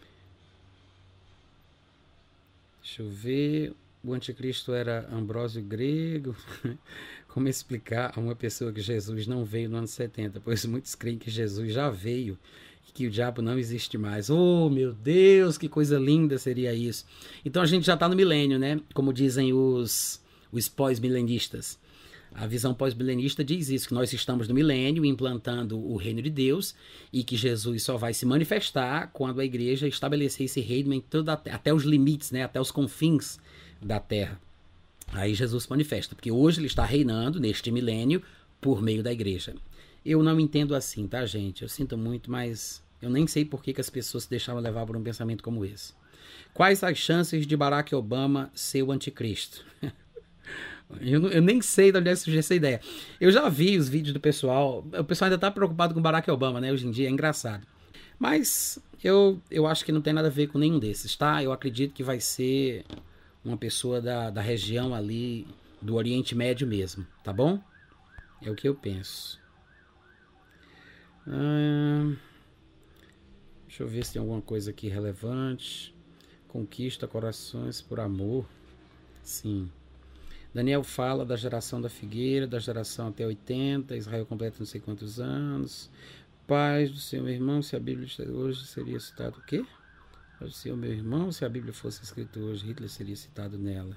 Deixa eu ver. O anticristo era Ambrósio grego. Como explicar a uma pessoa que Jesus não veio no ano setenta? Pois muitos creem que Jesus já veio e que o diabo não existe mais. Oh, meu Deus, que coisa linda seria isso. Então a gente já está no milênio, né? Como dizem os, os pós-milenistas. A visão pós-milenista diz isso, que nós estamos no milênio implantando o reino de Deus e que Jesus só vai se manifestar quando a igreja estabelecer esse reino em toda, até os limites, né, até os confins da terra. Aí Jesus se manifesta, porque hoje ele está reinando neste milênio por meio da igreja. Eu não entendo assim, tá, gente? Eu sinto muito, mas eu nem sei por que, que as pessoas se deixavam levar por um pensamento como esse. Quais as chances de Barack Obama ser o anticristo? Eu, não, eu nem sei de onde é que surgiu essa ideia. Eu já vi os vídeos do pessoal. O pessoal ainda está preocupado com Barack Obama, né? Hoje em dia é engraçado. Mas eu, eu acho que não tem nada a ver com nenhum desses, tá? Eu acredito que vai ser uma pessoa da, da região ali do Oriente Médio mesmo, tá bom? É o que eu penso. Hum, deixa eu ver se tem alguma coisa aqui relevante. Conquista corações por amor. Sim. Daniel fala da geração da figueira, da geração até oitenta, Israel completa não sei quantos anos. Paz do Senhor, meu irmão, se a Bíblia hoje seria citado o quê? Paz do Senhor, meu irmão, se a Bíblia fosse escrita hoje, Hitler seria citado nela.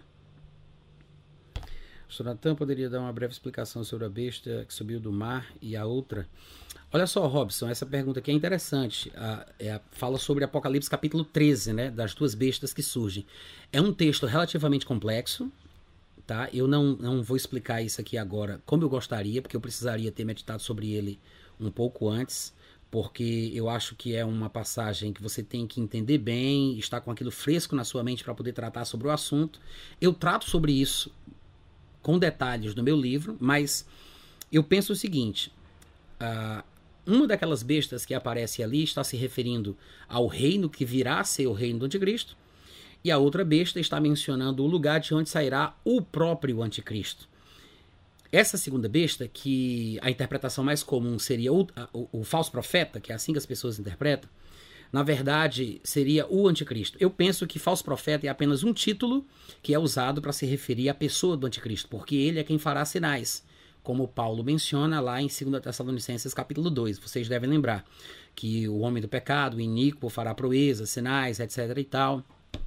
O Jonathan poderia dar uma breve explicação sobre a besta que subiu do mar e a outra? Olha só, Robson, essa pergunta aqui é interessante. A, é a, fala sobre Apocalipse capítulo treze, né, das duas bestas que surgem. É um texto relativamente complexo. Tá? Eu não, não vou explicar isso aqui agora como eu gostaria, porque eu precisaria ter meditado sobre ele um pouco antes, porque eu acho que é uma passagem que você tem que entender bem, estar com aquilo fresco na sua mente para poder tratar sobre o assunto. Eu trato sobre isso com detalhes no meu livro, mas eu penso o seguinte, uh, uma daquelas bestas que aparece ali está se referindo ao reino que virá a ser o reino do anticristo, e a outra besta está mencionando o lugar de onde sairá o próprio anticristo. Essa segunda besta, que a interpretação mais comum seria o, o, o falso profeta, que é assim que as pessoas interpretam, na verdade seria o anticristo. Eu penso que falso profeta é apenas um título que é usado para se referir à pessoa do anticristo, porque ele é quem fará sinais, como Paulo menciona lá em dois Tessalonicenses capítulo dois. Vocês devem lembrar que o homem do pecado, o iníquo, fará proezas, sinais, etc e tal.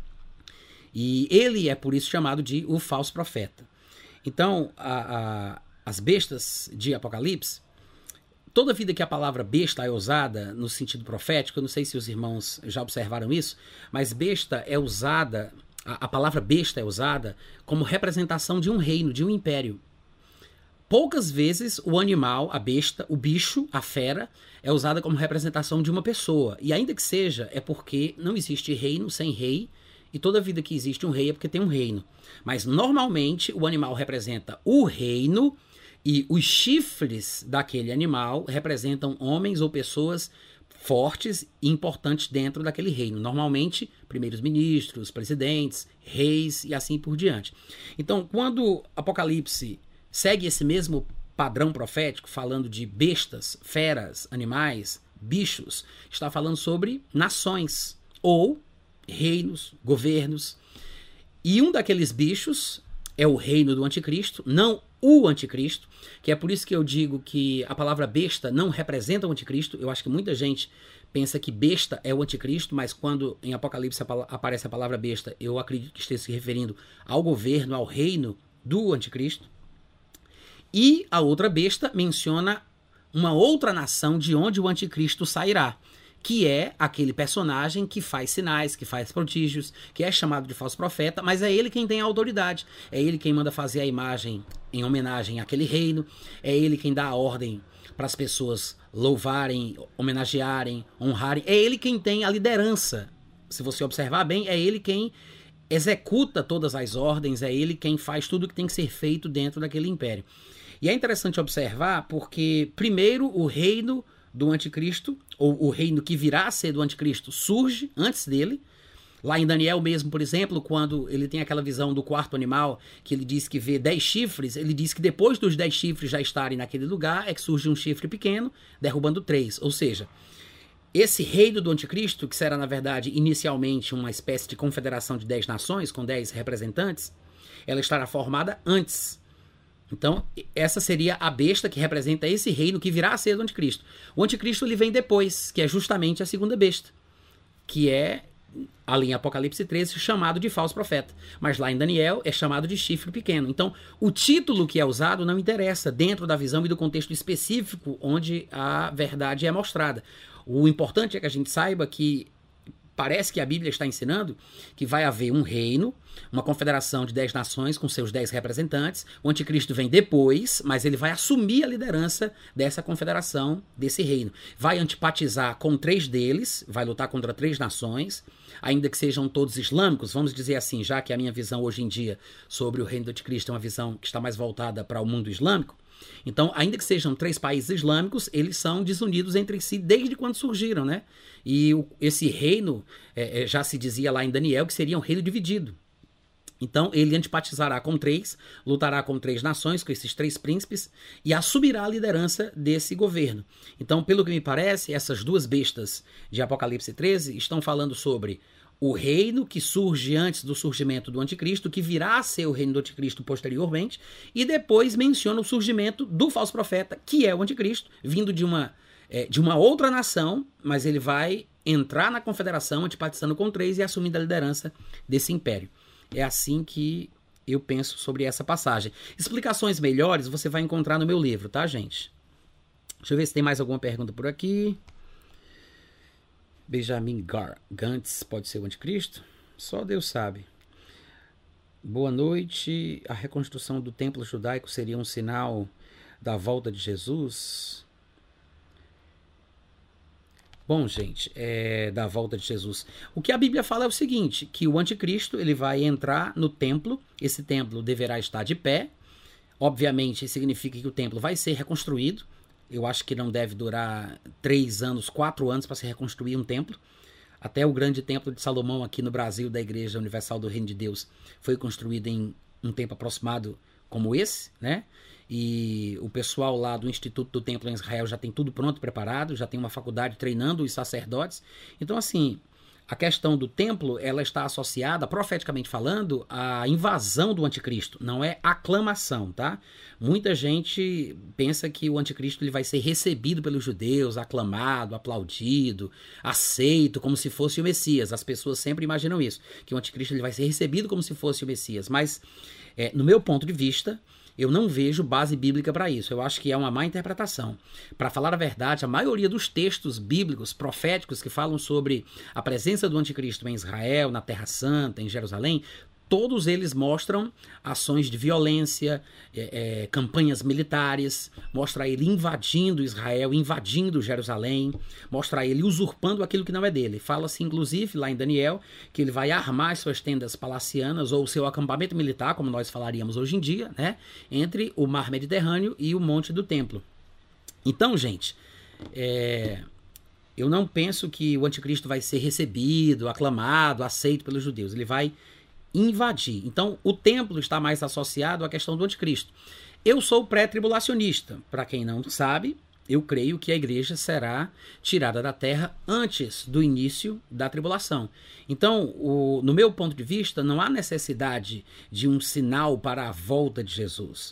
E ele é por isso chamado de o falso profeta. Então, a, a, as bestas de Apocalipse, toda vida que a palavra besta é usada no sentido profético, eu não sei se os irmãos já observaram isso, mas besta é usada, a, a palavra besta é usada como representação de um reino, de um império. Poucas vezes o animal, a besta, o bicho, a fera, é usada como representação de uma pessoa. E ainda que seja, é porque não existe reino sem rei, e toda vida que existe um rei é porque tem um reino. Mas normalmente o animal representa o reino e os chifres daquele animal representam homens ou pessoas fortes e importantes dentro daquele reino. Normalmente, primeiros ministros, presidentes, reis e assim por diante. Então, quando Apocalipse segue esse mesmo padrão profético, falando de bestas, feras, animais, bichos, está falando sobre nações ou reinos, governos, e um daqueles bichos é o reino do anticristo, não o anticristo, que é por isso que eu digo que a palavra besta não representa o anticristo. Eu acho que muita gente pensa que besta é o anticristo, mas quando em Apocalipse aparece a palavra besta, eu acredito que esteja se referindo ao governo, ao reino do anticristo. E a outra besta menciona uma outra nação de onde o anticristo sairá, que é aquele personagem que faz sinais, que faz prodígios, que é chamado de falso profeta, mas é ele quem tem a autoridade, é ele quem manda fazer a imagem em homenagem àquele reino, é ele quem dá a ordem para as pessoas louvarem, homenagearem, honrarem, é ele quem tem a liderança. Se você observar bem, é ele quem executa todas as ordens, é ele quem faz tudo o que tem que ser feito dentro daquele império. E é interessante observar porque, primeiro, o reino do anticristo, ou o reino que virá a ser do anticristo, surge antes dele. Lá em Daniel mesmo, por exemplo, quando ele tem aquela visão do quarto animal, que ele diz que vê dez chifres, ele diz que depois dos dez chifres já estarem naquele lugar, é que surge um chifre pequeno, derrubando três. Ou seja, esse reino do anticristo, que será na verdade inicialmente uma espécie de confederação de dez nações, com dez representantes, ela estará formada antes. Então, essa seria a besta que representa esse reino que virá a ser do anticristo. O anticristo ele vem depois, que é justamente a segunda besta, que é ali em Apocalipse treze, chamado de falso profeta. Mas lá em Daniel é chamado de chifre pequeno. Então, o título que é usado não interessa dentro da visão e do contexto específico onde a verdade é mostrada. O importante é que a gente saiba que parece que a Bíblia está ensinando que vai haver um reino, uma confederação de dez nações com seus dez representantes. O anticristo vem depois, mas ele vai assumir a liderança dessa confederação, desse reino. Vai antipatizar com três deles, vai lutar contra três nações, ainda que sejam todos islâmicos, vamos dizer assim, já que a minha visão hoje em dia sobre o reino do anticristo é uma visão que está mais voltada para o mundo islâmico. Então, ainda que sejam três países islâmicos, eles são desunidos entre si desde quando surgiram, né? E o, esse reino, é, já se dizia lá em Daniel, que seria um reino dividido. Então, ele antipatizará com três, lutará com três nações, com esses três príncipes, e assumirá a liderança desse governo. Então, pelo que me parece, essas duas bestas de Apocalipse treze estão falando sobre o reino que surge antes do surgimento do anticristo, que virá a ser o reino do anticristo posteriormente, e depois menciona o surgimento do falso profeta, que é o anticristo, vindo de uma, é, de uma outra nação, mas ele vai entrar na confederação, antipatizando com três e assumindo a liderança desse império. É assim que eu penso sobre essa passagem. Explicações melhores você vai encontrar no meu livro, tá, gente? Deixa eu ver se tem mais alguma pergunta por aqui. Benjamin Gar Gantz pode ser o anticristo? Só Deus sabe. Boa noite. A reconstrução do templo judaico seria um sinal da volta de Jesus? Bom, gente, é, da volta de Jesus. O que a Bíblia fala é o seguinte, que o anticristo ele vai entrar no templo, esse templo deverá estar de pé. Obviamente, significa que o templo vai ser reconstruído. Eu acho que não deve durar três anos, quatro anos para se reconstruir um templo. Até o grande templo de Salomão aqui no Brasil, da Igreja Universal do Reino de Deus, foi construído em um tempo aproximado como esse, né? E o pessoal lá do Instituto do Templo em Israel já tem tudo pronto, preparado, já tem uma faculdade treinando os sacerdotes. Então, assim, a questão do templo, ela está associada, profeticamente falando, à invasão do anticristo, não é aclamação, tá? Muita gente pensa que o anticristo ele vai ser recebido pelos judeus, aclamado, aplaudido, aceito, como se fosse o Messias. As pessoas sempre imaginam isso, que o anticristo ele vai ser recebido como se fosse o Messias. Mas, é, no meu ponto de vista, eu não vejo base bíblica para isso. Eu acho que é uma má interpretação. Para falar a verdade, a maioria dos textos bíblicos, proféticos, que falam sobre a presença do anticristo em Israel, na Terra Santa, em Jerusalém, todos eles mostram ações de violência, é, é, campanhas militares, mostra ele invadindo Israel, invadindo Jerusalém, mostra ele usurpando aquilo que não é dele. Fala-se, inclusive, lá em Daniel, que ele vai armar as suas tendas palacianas ou o seu acampamento militar, como nós falaríamos hoje em dia, né, entre o mar Mediterrâneo e o Monte do Templo. Então, gente, é... eu não penso que o anticristo vai ser recebido, aclamado, aceito pelos judeus. Ele vai invadir. Então, o templo está mais associado à questão do anticristo. Eu sou pré-tribulacionista. Para quem não sabe, eu creio que a igreja será tirada da terra antes do início da tribulação. Então, o, no meu ponto de vista, não há necessidade de um sinal para a volta de Jesus.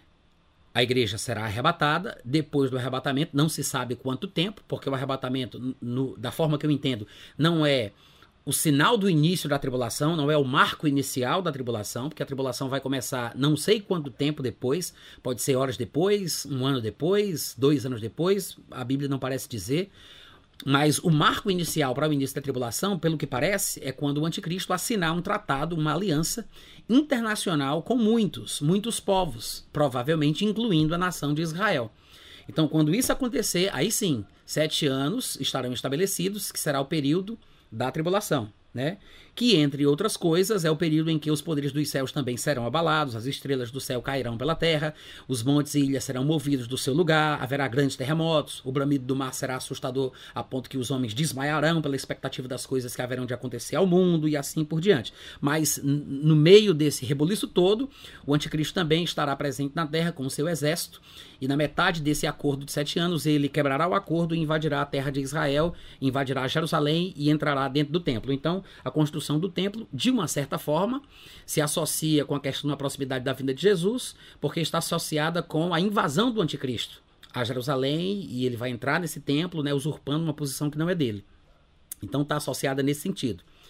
A igreja será arrebatada, depois do arrebatamento, não se sabe quanto tempo, porque o arrebatamento, no, da forma que eu entendo, não é o sinal do início da tribulação, não é o marco inicial da tribulação, porque a tribulação vai começar não sei quanto tempo depois, pode ser horas depois, um ano depois, dois anos depois, a Bíblia não parece dizer, mas o marco inicial para o início da tribulação, pelo que parece, é quando o anticristo assinar um tratado, uma aliança internacional com muitos, muitos povos, provavelmente incluindo a nação de Israel. Então, quando isso acontecer, aí sim, sete anos estarão estabelecidos, que será o período da tribulação, né? Que, entre outras coisas, é o período em que os poderes dos céus também serão abalados, as estrelas do céu cairão pela terra, os montes e ilhas serão movidos do seu lugar, haverá grandes terremotos, o bramido do mar será assustador a ponto que os homens desmaiarão pela expectativa das coisas que haverão de acontecer ao mundo e assim por diante. Mas, no meio desse rebuliço todo, o anticristo também estará presente na terra com o seu exército, e na metade desse acordo de sete anos, ele quebrará o acordo e invadirá a terra de Israel, invadirá Jerusalém e entrará dentro do templo. Então, a construção do templo, de uma certa forma, se associa com a questão da proximidade da vinda de Jesus, porque está associada com a invasão do anticristo a Jerusalém, e ele vai entrar nesse templo, né, usurpando uma posição que não é dele. Então está associada nesse sentido.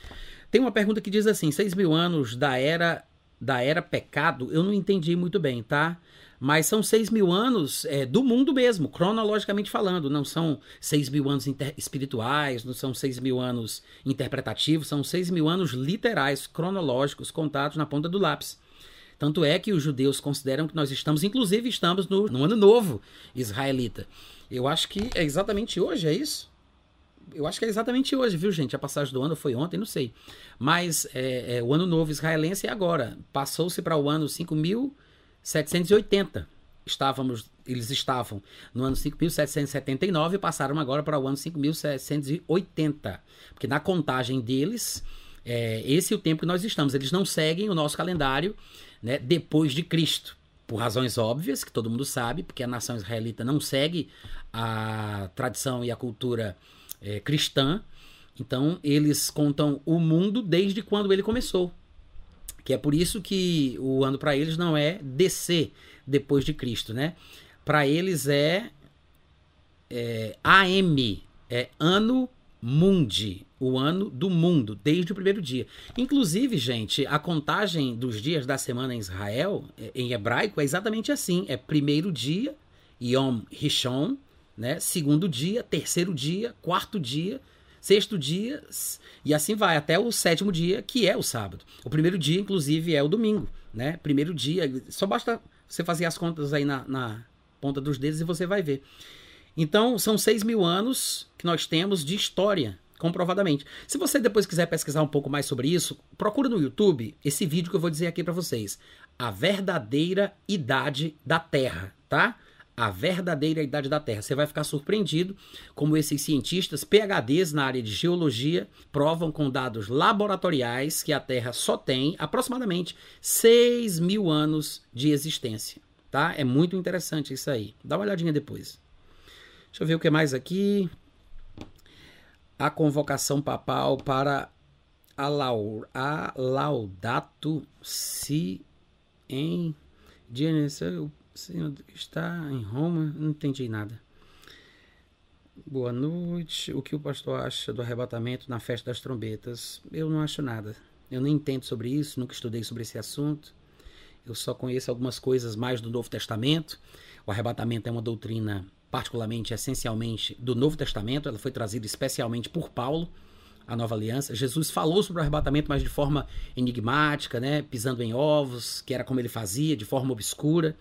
Tem uma pergunta que diz assim, seis mil anos da era, da era pecado, eu não entendi muito bem, tá? Mas são seis mil anos é, do mundo mesmo, cronologicamente falando. Não são seis mil anos espirituais, não são seis mil anos interpretativos, são seis mil anos literais, cronológicos, contados na ponta do lápis. Tanto é que os judeus consideram que nós estamos, inclusive estamos no, no ano novo israelita. Eu acho que é exatamente hoje, é isso? Eu acho que é exatamente hoje, viu, gente? A passagem do ano foi ontem, não sei. Mas é, é, o ano novo israelense é agora. Passou-se para o ano cinco mil setecentos e oitenta. Estávamos, eles estavam no ano cinco mil setecentos e setenta e nove e passaram agora para o ano cinco mil setecentos e oitenta. Porque na contagem deles, é, esse é o tempo que nós estamos. Eles não seguem o nosso calendário, né, depois de Cristo. Por razões óbvias, que todo mundo sabe, porque a nação israelita não segue a tradição e a cultura é, cristã. Então, eles contam o mundo desde quando ele começou. Que é por isso que o ano para eles não é D C, depois de Cristo, né? Para eles é, é A M, é Anno Mundi, o ano do mundo, desde o primeiro dia. Inclusive, gente, a contagem dos dias da semana em Israel, em hebraico, é exatamente assim. É primeiro dia, Yom Rishon, né? Segundo dia, terceiro dia, quarto dia, sexto dia, e assim vai, até o sétimo dia, que é o sábado. O primeiro dia, inclusive, é o domingo, né? Primeiro dia, só basta você fazer as contas aí na, na ponta dos dedos e você vai ver. Então, são seis mil anos que nós temos de história, comprovadamente. Se você depois quiser pesquisar um pouco mais sobre isso, procura no YouTube esse vídeo que eu vou dizer aqui para vocês. A verdadeira idade da Terra, tá? A verdadeira idade da Terra. Você vai ficar surpreendido como esses cientistas, P H Ds na área de geologia, provam com dados laboratoriais que a Terra só tem aproximadamente seis mil anos de existência, tá? É muito interessante isso aí. Dá uma olhadinha depois. Deixa eu ver o que mais aqui. A convocação papal para a, lau, a Laudato Si em Gênesis. Senhor está em Roma, não entendi nada. Boa noite. O que o pastor acha do arrebatamento na festa das trombetas? Eu não acho nada. Eu nem entendo sobre isso, nunca estudei sobre esse assunto. Eu só conheço algumas coisas mais do Novo Testamento. O arrebatamento é uma doutrina particularmente, essencialmente, do Novo Testamento. Ela foi trazida especialmente por Paulo, a Nova Aliança. Jesus falou sobre o arrebatamento, mas de forma enigmática, né? Pisando em ovos, que era como ele fazia, de forma obscura.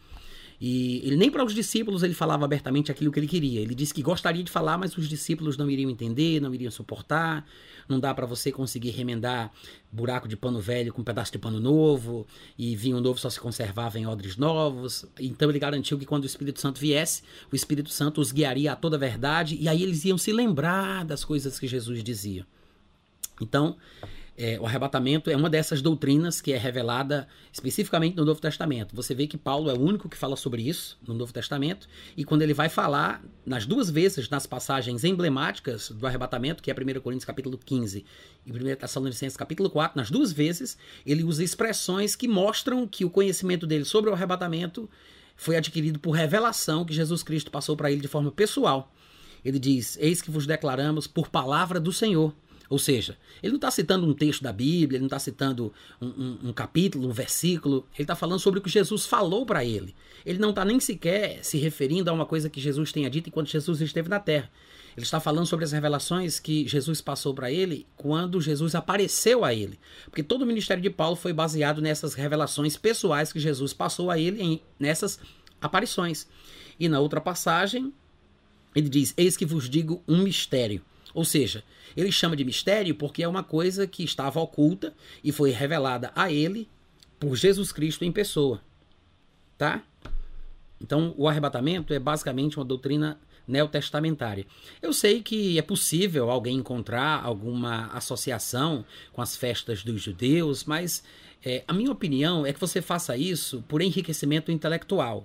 E ele nem para os discípulos ele falava abertamente aquilo que ele queria. Ele disse que gostaria de falar, mas os discípulos não iriam entender, não iriam suportar. Não dá para você conseguir remendar buraco de pano velho com um pedaço de pano novo, e vinho novo só se conservava em odres novos. Então ele garantiu que quando o Espírito Santo viesse, o Espírito Santo os guiaria a toda a verdade, e aí eles iam se lembrar das coisas que Jesus dizia. Então, É, o arrebatamento é uma dessas doutrinas que é revelada especificamente no Novo Testamento. Você vê que Paulo é o único que fala sobre isso no Novo Testamento, e quando ele vai falar, nas duas vezes, nas passagens emblemáticas do arrebatamento, que é primeira Coríntios capítulo quinze e primeira Tessalonicenses capítulo quatro, nas duas vezes, ele usa expressões que mostram que o conhecimento dele sobre o arrebatamento foi adquirido por revelação que Jesus Cristo passou para ele de forma pessoal. Ele diz, eis que vos declaramos por palavra do Senhor. Ou seja, ele não está citando um texto da Bíblia, ele não está citando um, um, um capítulo, um versículo, ele está falando sobre o que Jesus falou para ele. Ele não está nem sequer se referindo a uma coisa que Jesus tenha dito enquanto Jesus esteve na Terra. Ele está falando sobre as revelações que Jesus passou para ele quando Jesus apareceu a ele. Porque todo o ministério de Paulo foi baseado nessas revelações pessoais que Jesus passou a ele, em, nessas aparições. E na outra passagem, ele diz, eis que vos digo um mistério. Ou seja, ele chama de mistério porque é uma coisa que estava oculta e foi revelada a ele por Jesus Cristo em pessoa. Tá? Então, o arrebatamento é basicamente uma doutrina neotestamentária. Eu sei que é possível alguém encontrar alguma associação com as festas dos judeus, mas é, a minha opinião é que você faça isso por enriquecimento intelectual.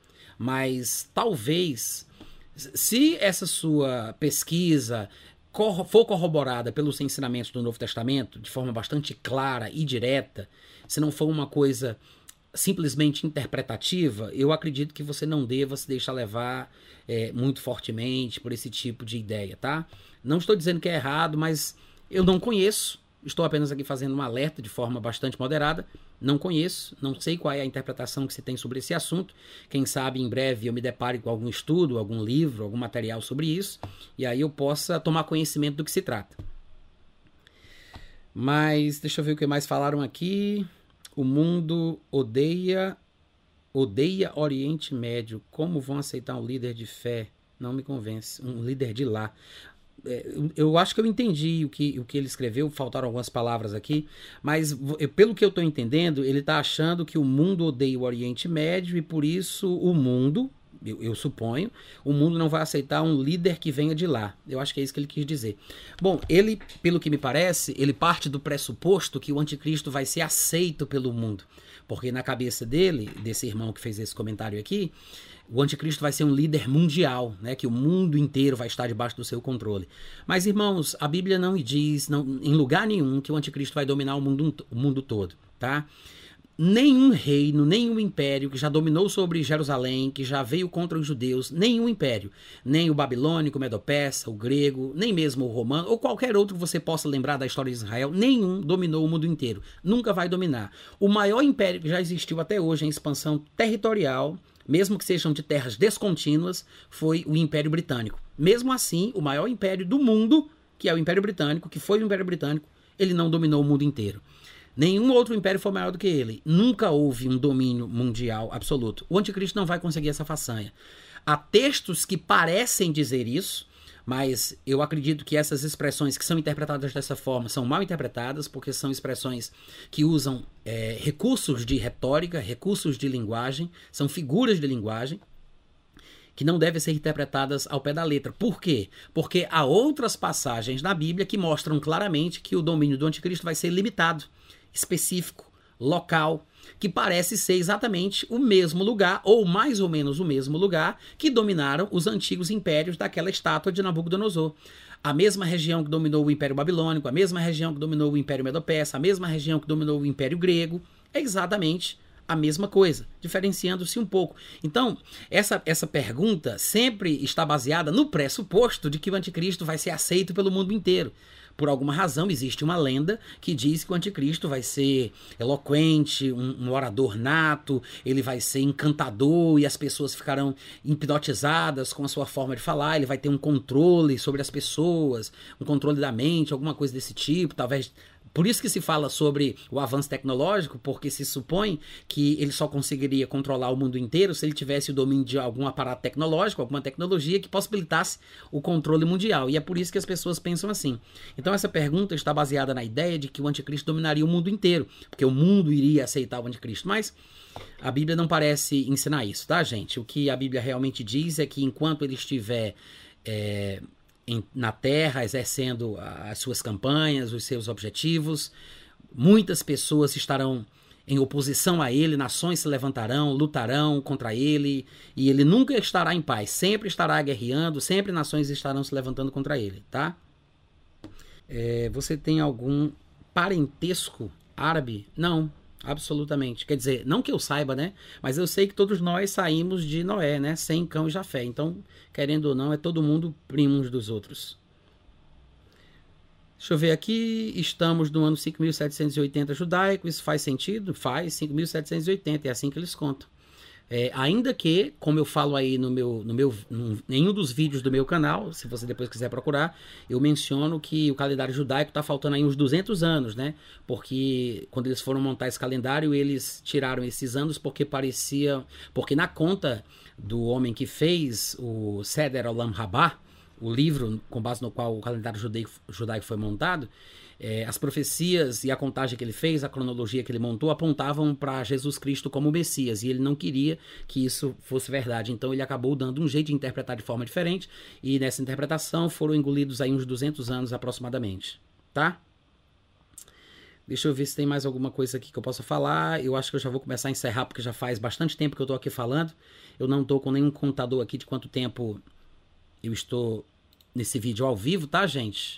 Mas talvez, se essa sua pesquisa for corroborada pelos ensinamentos do Novo Testamento de forma bastante clara e direta, se não for uma coisa simplesmente interpretativa, eu acredito que você não deva se deixar levar é, muito fortemente por esse tipo de ideia, tá? Não estou dizendo que é errado, mas eu não conheço, Estou apenas aqui fazendo um alerta de forma bastante moderada. Não conheço, não sei qual é a interpretação que se tem sobre esse assunto. Quem sabe em breve eu me depare com algum estudo, algum livro, algum material sobre isso, e aí eu possa tomar conhecimento do que se trata. Mas deixa eu ver o que mais falaram aqui. O mundo odeia odeia Oriente Médio. Como vão aceitar um líder de fé? Não me convence. Um líder de lá. É, eu acho que eu entendi o que, o que ele escreveu. Faltaram algumas palavras aqui. Mas pelo que eu estou entendendo, ele está achando que o mundo odeia o Oriente Médio e por isso o mundo... Eu, eu suponho, o mundo não vai aceitar um líder que venha de lá. Eu acho que é isso que ele quis dizer. Bom, ele, pelo que me parece, ele parte do pressuposto que o anticristo vai ser aceito pelo mundo. Porque na cabeça dele, desse irmão que fez esse comentário aqui, o anticristo vai ser um líder mundial, né? Que o mundo inteiro vai estar debaixo do seu controle. Mas, irmãos, a Bíblia não diz não, em lugar nenhum que o anticristo vai dominar o mundo, o mundo todo, tá? Nenhum reino, nenhum império que já dominou sobre Jerusalém, que já veio contra os judeus, nenhum império, nem o babilônico, o medo-persa, o grego, nem mesmo o romano, ou qualquer outro que você possa lembrar da história de Israel, nenhum dominou o mundo inteiro. Nunca vai dominar. O maior império que já existiu até hoje em expansão territorial, mesmo que sejam de terras descontínuas, foi o Império Britânico. Mesmo assim, o maior império do mundo, que é o Império Britânico, que foi o Império Britânico, ele não dominou o mundo inteiro. Nenhum outro império foi maior do que ele. Nunca houve um domínio mundial absoluto. O anticristo não vai conseguir essa façanha. Há textos que parecem dizer isso, mas eu acredito que essas expressões que são interpretadas dessa forma são mal interpretadas, porque são expressões que usam é, recursos de retórica, recursos de linguagem, são figuras de linguagem, que não devem ser interpretadas ao pé da letra. Por quê? Porque há outras passagens na Bíblia que mostram claramente que o domínio do anticristo vai ser limitado, específico, local, que parece ser exatamente o mesmo lugar, ou mais ou menos o mesmo lugar, que dominaram os antigos impérios daquela estátua de Nabucodonosor. A mesma região que dominou o Império Babilônico, a mesma região que dominou o Império Medo-Persa, a mesma região que dominou o Império Grego, é exatamente a mesma coisa, diferenciando-se um pouco. Então, essa, essa pergunta sempre está baseada no pressuposto de que o anticristo vai ser aceito pelo mundo inteiro. Por alguma razão, existe uma lenda que diz que o anticristo vai ser eloquente, um, um orador nato, ele vai ser encantador e as pessoas ficarão hipnotizadas com a sua forma de falar, ele vai ter um controle sobre as pessoas, um controle da mente, alguma coisa desse tipo, talvez... Por isso que se fala sobre o avanço tecnológico, porque se supõe que ele só conseguiria controlar o mundo inteiro se ele tivesse o domínio de algum aparato tecnológico, alguma tecnologia que possibilitasse o controle mundial. E é por isso que as pessoas pensam assim. Então essa pergunta está baseada na ideia de que o anticristo dominaria o mundo inteiro, porque o mundo iria aceitar o anticristo. Mas a Bíblia não parece ensinar isso, tá, gente? O que a Bíblia realmente diz é que enquanto ele estiver... É, Em, na terra, exercendo as suas campanhas, os seus objetivos. Muitas pessoas estarão em oposição a ele, nações se levantarão, lutarão contra ele, e ele nunca estará em paz, sempre estará guerreando, sempre nações estarão se levantando contra ele, tá? É, você tem algum parentesco árabe? Não. Absolutamente. Quer dizer, não que eu saiba, né? Mas eu sei que todos nós saímos de Noé, né? Sem Cão e Jafé. Então, querendo ou não, é todo mundo primo uns dos outros. Deixa eu ver aqui. Estamos no ano cinco mil setecentos e oitenta judaico. Isso faz sentido? Faz. cinco mil setecentos e oitenta. É assim que eles contam. É, ainda que, como eu falo aí no meu, no meu, no, em um dos vídeos do meu canal, se você depois quiser procurar, eu menciono que o calendário judaico está faltando aí uns duzentos anos, né? Porque quando eles foram montar esse calendário, eles tiraram esses anos porque parecia... Porque na conta do homem que fez o Seder Olam Rabbah, o livro com base no qual o calendário judaico, judaico foi montado, É, as profecias e a contagem que ele fez, a cronologia que ele montou, apontavam para Jesus Cristo como Messias, e ele não queria que isso fosse verdade, então ele acabou dando um jeito de interpretar de forma diferente, e nessa interpretação foram engolidos aí uns duzentos anos aproximadamente, tá? Deixa eu ver se tem mais alguma coisa aqui que eu possa falar. Eu acho que eu já vou começar a encerrar, porque já faz bastante tempo que eu estou aqui falando. Eu não estou com nenhum contador aqui de quanto tempo eu estou nesse vídeo ao vivo, tá, gente?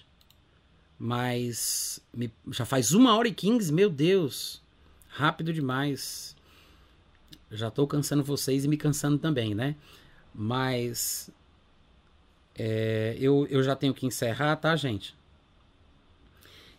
Mas me, já faz uma hora e quinze, meu Deus, rápido demais. Já estou cansando vocês e me cansando também, né? Mas é, eu, eu já tenho que encerrar, tá, gente?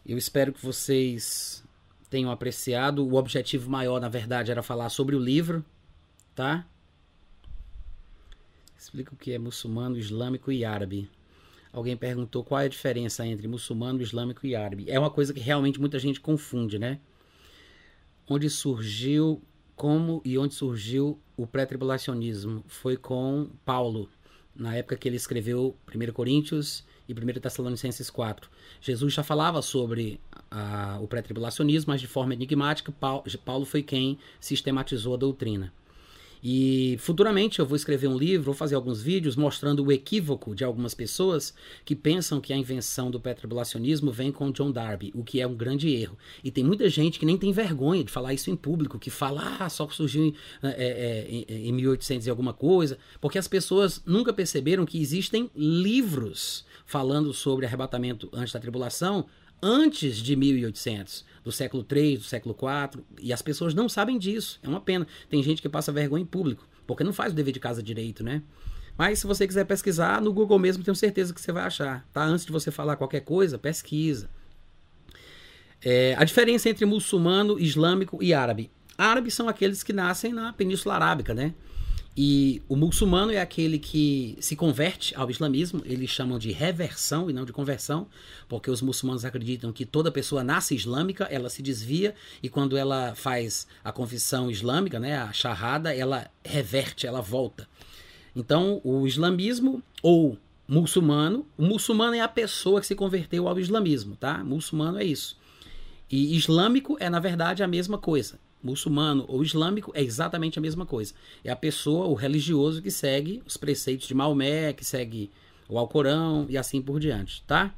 Eu espero que vocês tenham apreciado. O objetivo maior, na verdade, era falar sobre o livro, tá? Explica o que é muçulmano, islâmico e árabe. Alguém perguntou qual é a diferença entre muçulmano, islâmico e árabe. É uma coisa que realmente muita gente confunde, né? Onde surgiu, como e onde surgiu o pré-tribulacionismo? Foi com Paulo, na época que ele escreveu primeira Coríntios e primeira Tessalonicenses quatro. Jesus já falava sobre a, o pré-tribulacionismo, mas de forma enigmática. Paulo, Paulo foi quem sistematizou a doutrina. E futuramente eu vou escrever um livro, vou fazer alguns vídeos mostrando o equívoco de algumas pessoas que pensam que a invenção do pré-tribulacionismo vem com John Darby, o que é um grande erro. E tem muita gente que nem tem vergonha de falar isso em público, que fala, ah, só surgiu em, é, é, em mil e oitocentos e alguma coisa, porque as pessoas nunca perceberam que existem livros falando sobre arrebatamento antes da tribulação, antes de mil e oitocentos, do século três, do século quatro, e as pessoas não sabem disso. É uma pena. Tem gente que passa vergonha em público, porque não faz o dever de casa direito, né? Mas se você quiser pesquisar, no Google mesmo, tenho certeza que você vai achar, tá? Antes de você falar qualquer coisa, pesquisa. É, a diferença entre muçulmano, islâmico e árabe. Árabes são aqueles que nascem na Península Arábica, né? E o muçulmano é aquele que se converte ao islamismo. Eles chamam de reversão e não de conversão, porque os muçulmanos acreditam que toda pessoa nasce islâmica, ela se desvia, e quando ela faz a confissão islâmica, né, a shahada, ela reverte, ela volta. Então, o islamismo ou muçulmano, o muçulmano é a pessoa que se converteu ao islamismo, tá? Muçulmano é isso. E islâmico é, na verdade, a mesma coisa. Muçulmano ou islâmico é exatamente a mesma coisa. É a pessoa, o religioso que segue os preceitos de Maomé, que segue o Alcorão e assim por diante, tá?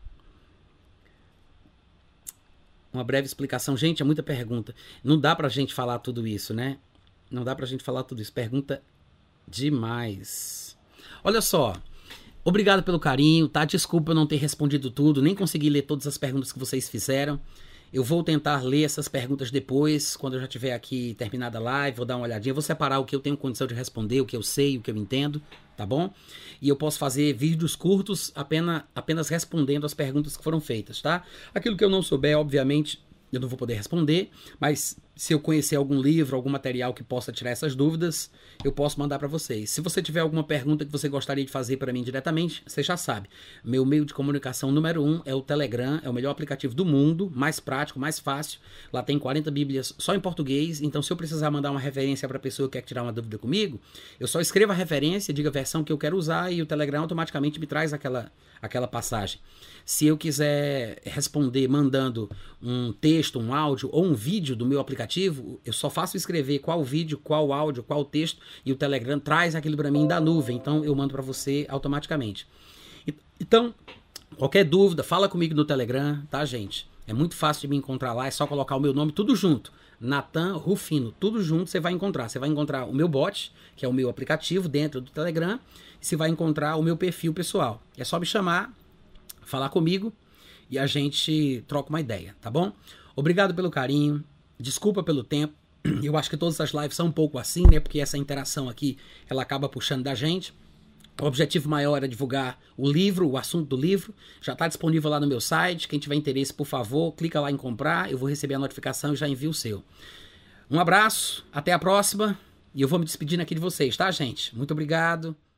Uma breve explicação. Gente, é muita pergunta. Não dá pra gente falar tudo isso, né? Não dá pra gente falar tudo isso. Pergunta demais. Olha só. Obrigado pelo carinho, tá? Desculpa eu não ter respondido tudo, nem consegui ler todas as perguntas que vocês fizeram. Eu vou tentar ler essas perguntas depois, quando eu já tiver aqui terminada a live, vou dar uma olhadinha, vou separar o que eu tenho condição de responder, o que eu sei, o que eu entendo, tá bom? E eu posso fazer vídeos curtos apenas, apenas respondendo as perguntas que foram feitas, tá? Aquilo que eu não souber, obviamente, eu não vou poder responder, mas se eu conhecer algum livro, algum material que possa tirar essas dúvidas, eu posso mandar para vocês. Se você tiver alguma pergunta que você gostaria de fazer para mim diretamente, você já sabe. Meu meio de comunicação número um é o Telegram, é o melhor aplicativo do mundo, mais prático, mais fácil. Lá tem quarenta bíblias só em português, então se eu precisar mandar uma referência para a pessoa que quer tirar uma dúvida comigo, eu só escrevo a referência, diga a versão que eu quero usar e o Telegram automaticamente me traz aquela, aquela passagem. Se eu quiser responder mandando um texto, um áudio ou um vídeo do meu aplicativo, eu só faço escrever qual vídeo, qual áudio, qual texto, e o Telegram traz aquilo para mim da nuvem, então eu mando para você automaticamente. Então, qualquer dúvida, fala comigo no Telegram, tá, gente? É muito fácil de me encontrar lá, é só colocar o meu nome tudo junto, Nathan Rufino, tudo junto você vai encontrar. Você vai encontrar o meu bot, que é o meu aplicativo dentro do Telegram, e você vai encontrar o meu perfil pessoal. É só me chamar, falar comigo e a gente troca uma ideia, tá bom? Obrigado pelo carinho, desculpa pelo tempo. Eu acho que todas as lives são um pouco assim, né? Porque essa interação aqui, ela acaba puxando da gente. O objetivo maior era divulgar o livro, o assunto do livro. Já está disponível lá no meu site. Quem tiver interesse, por favor, clica lá em comprar. Eu vou receber a notificação e já envio o seu. Um abraço, até a próxima. E eu vou me despedindo aqui de vocês, tá, gente? Muito obrigado.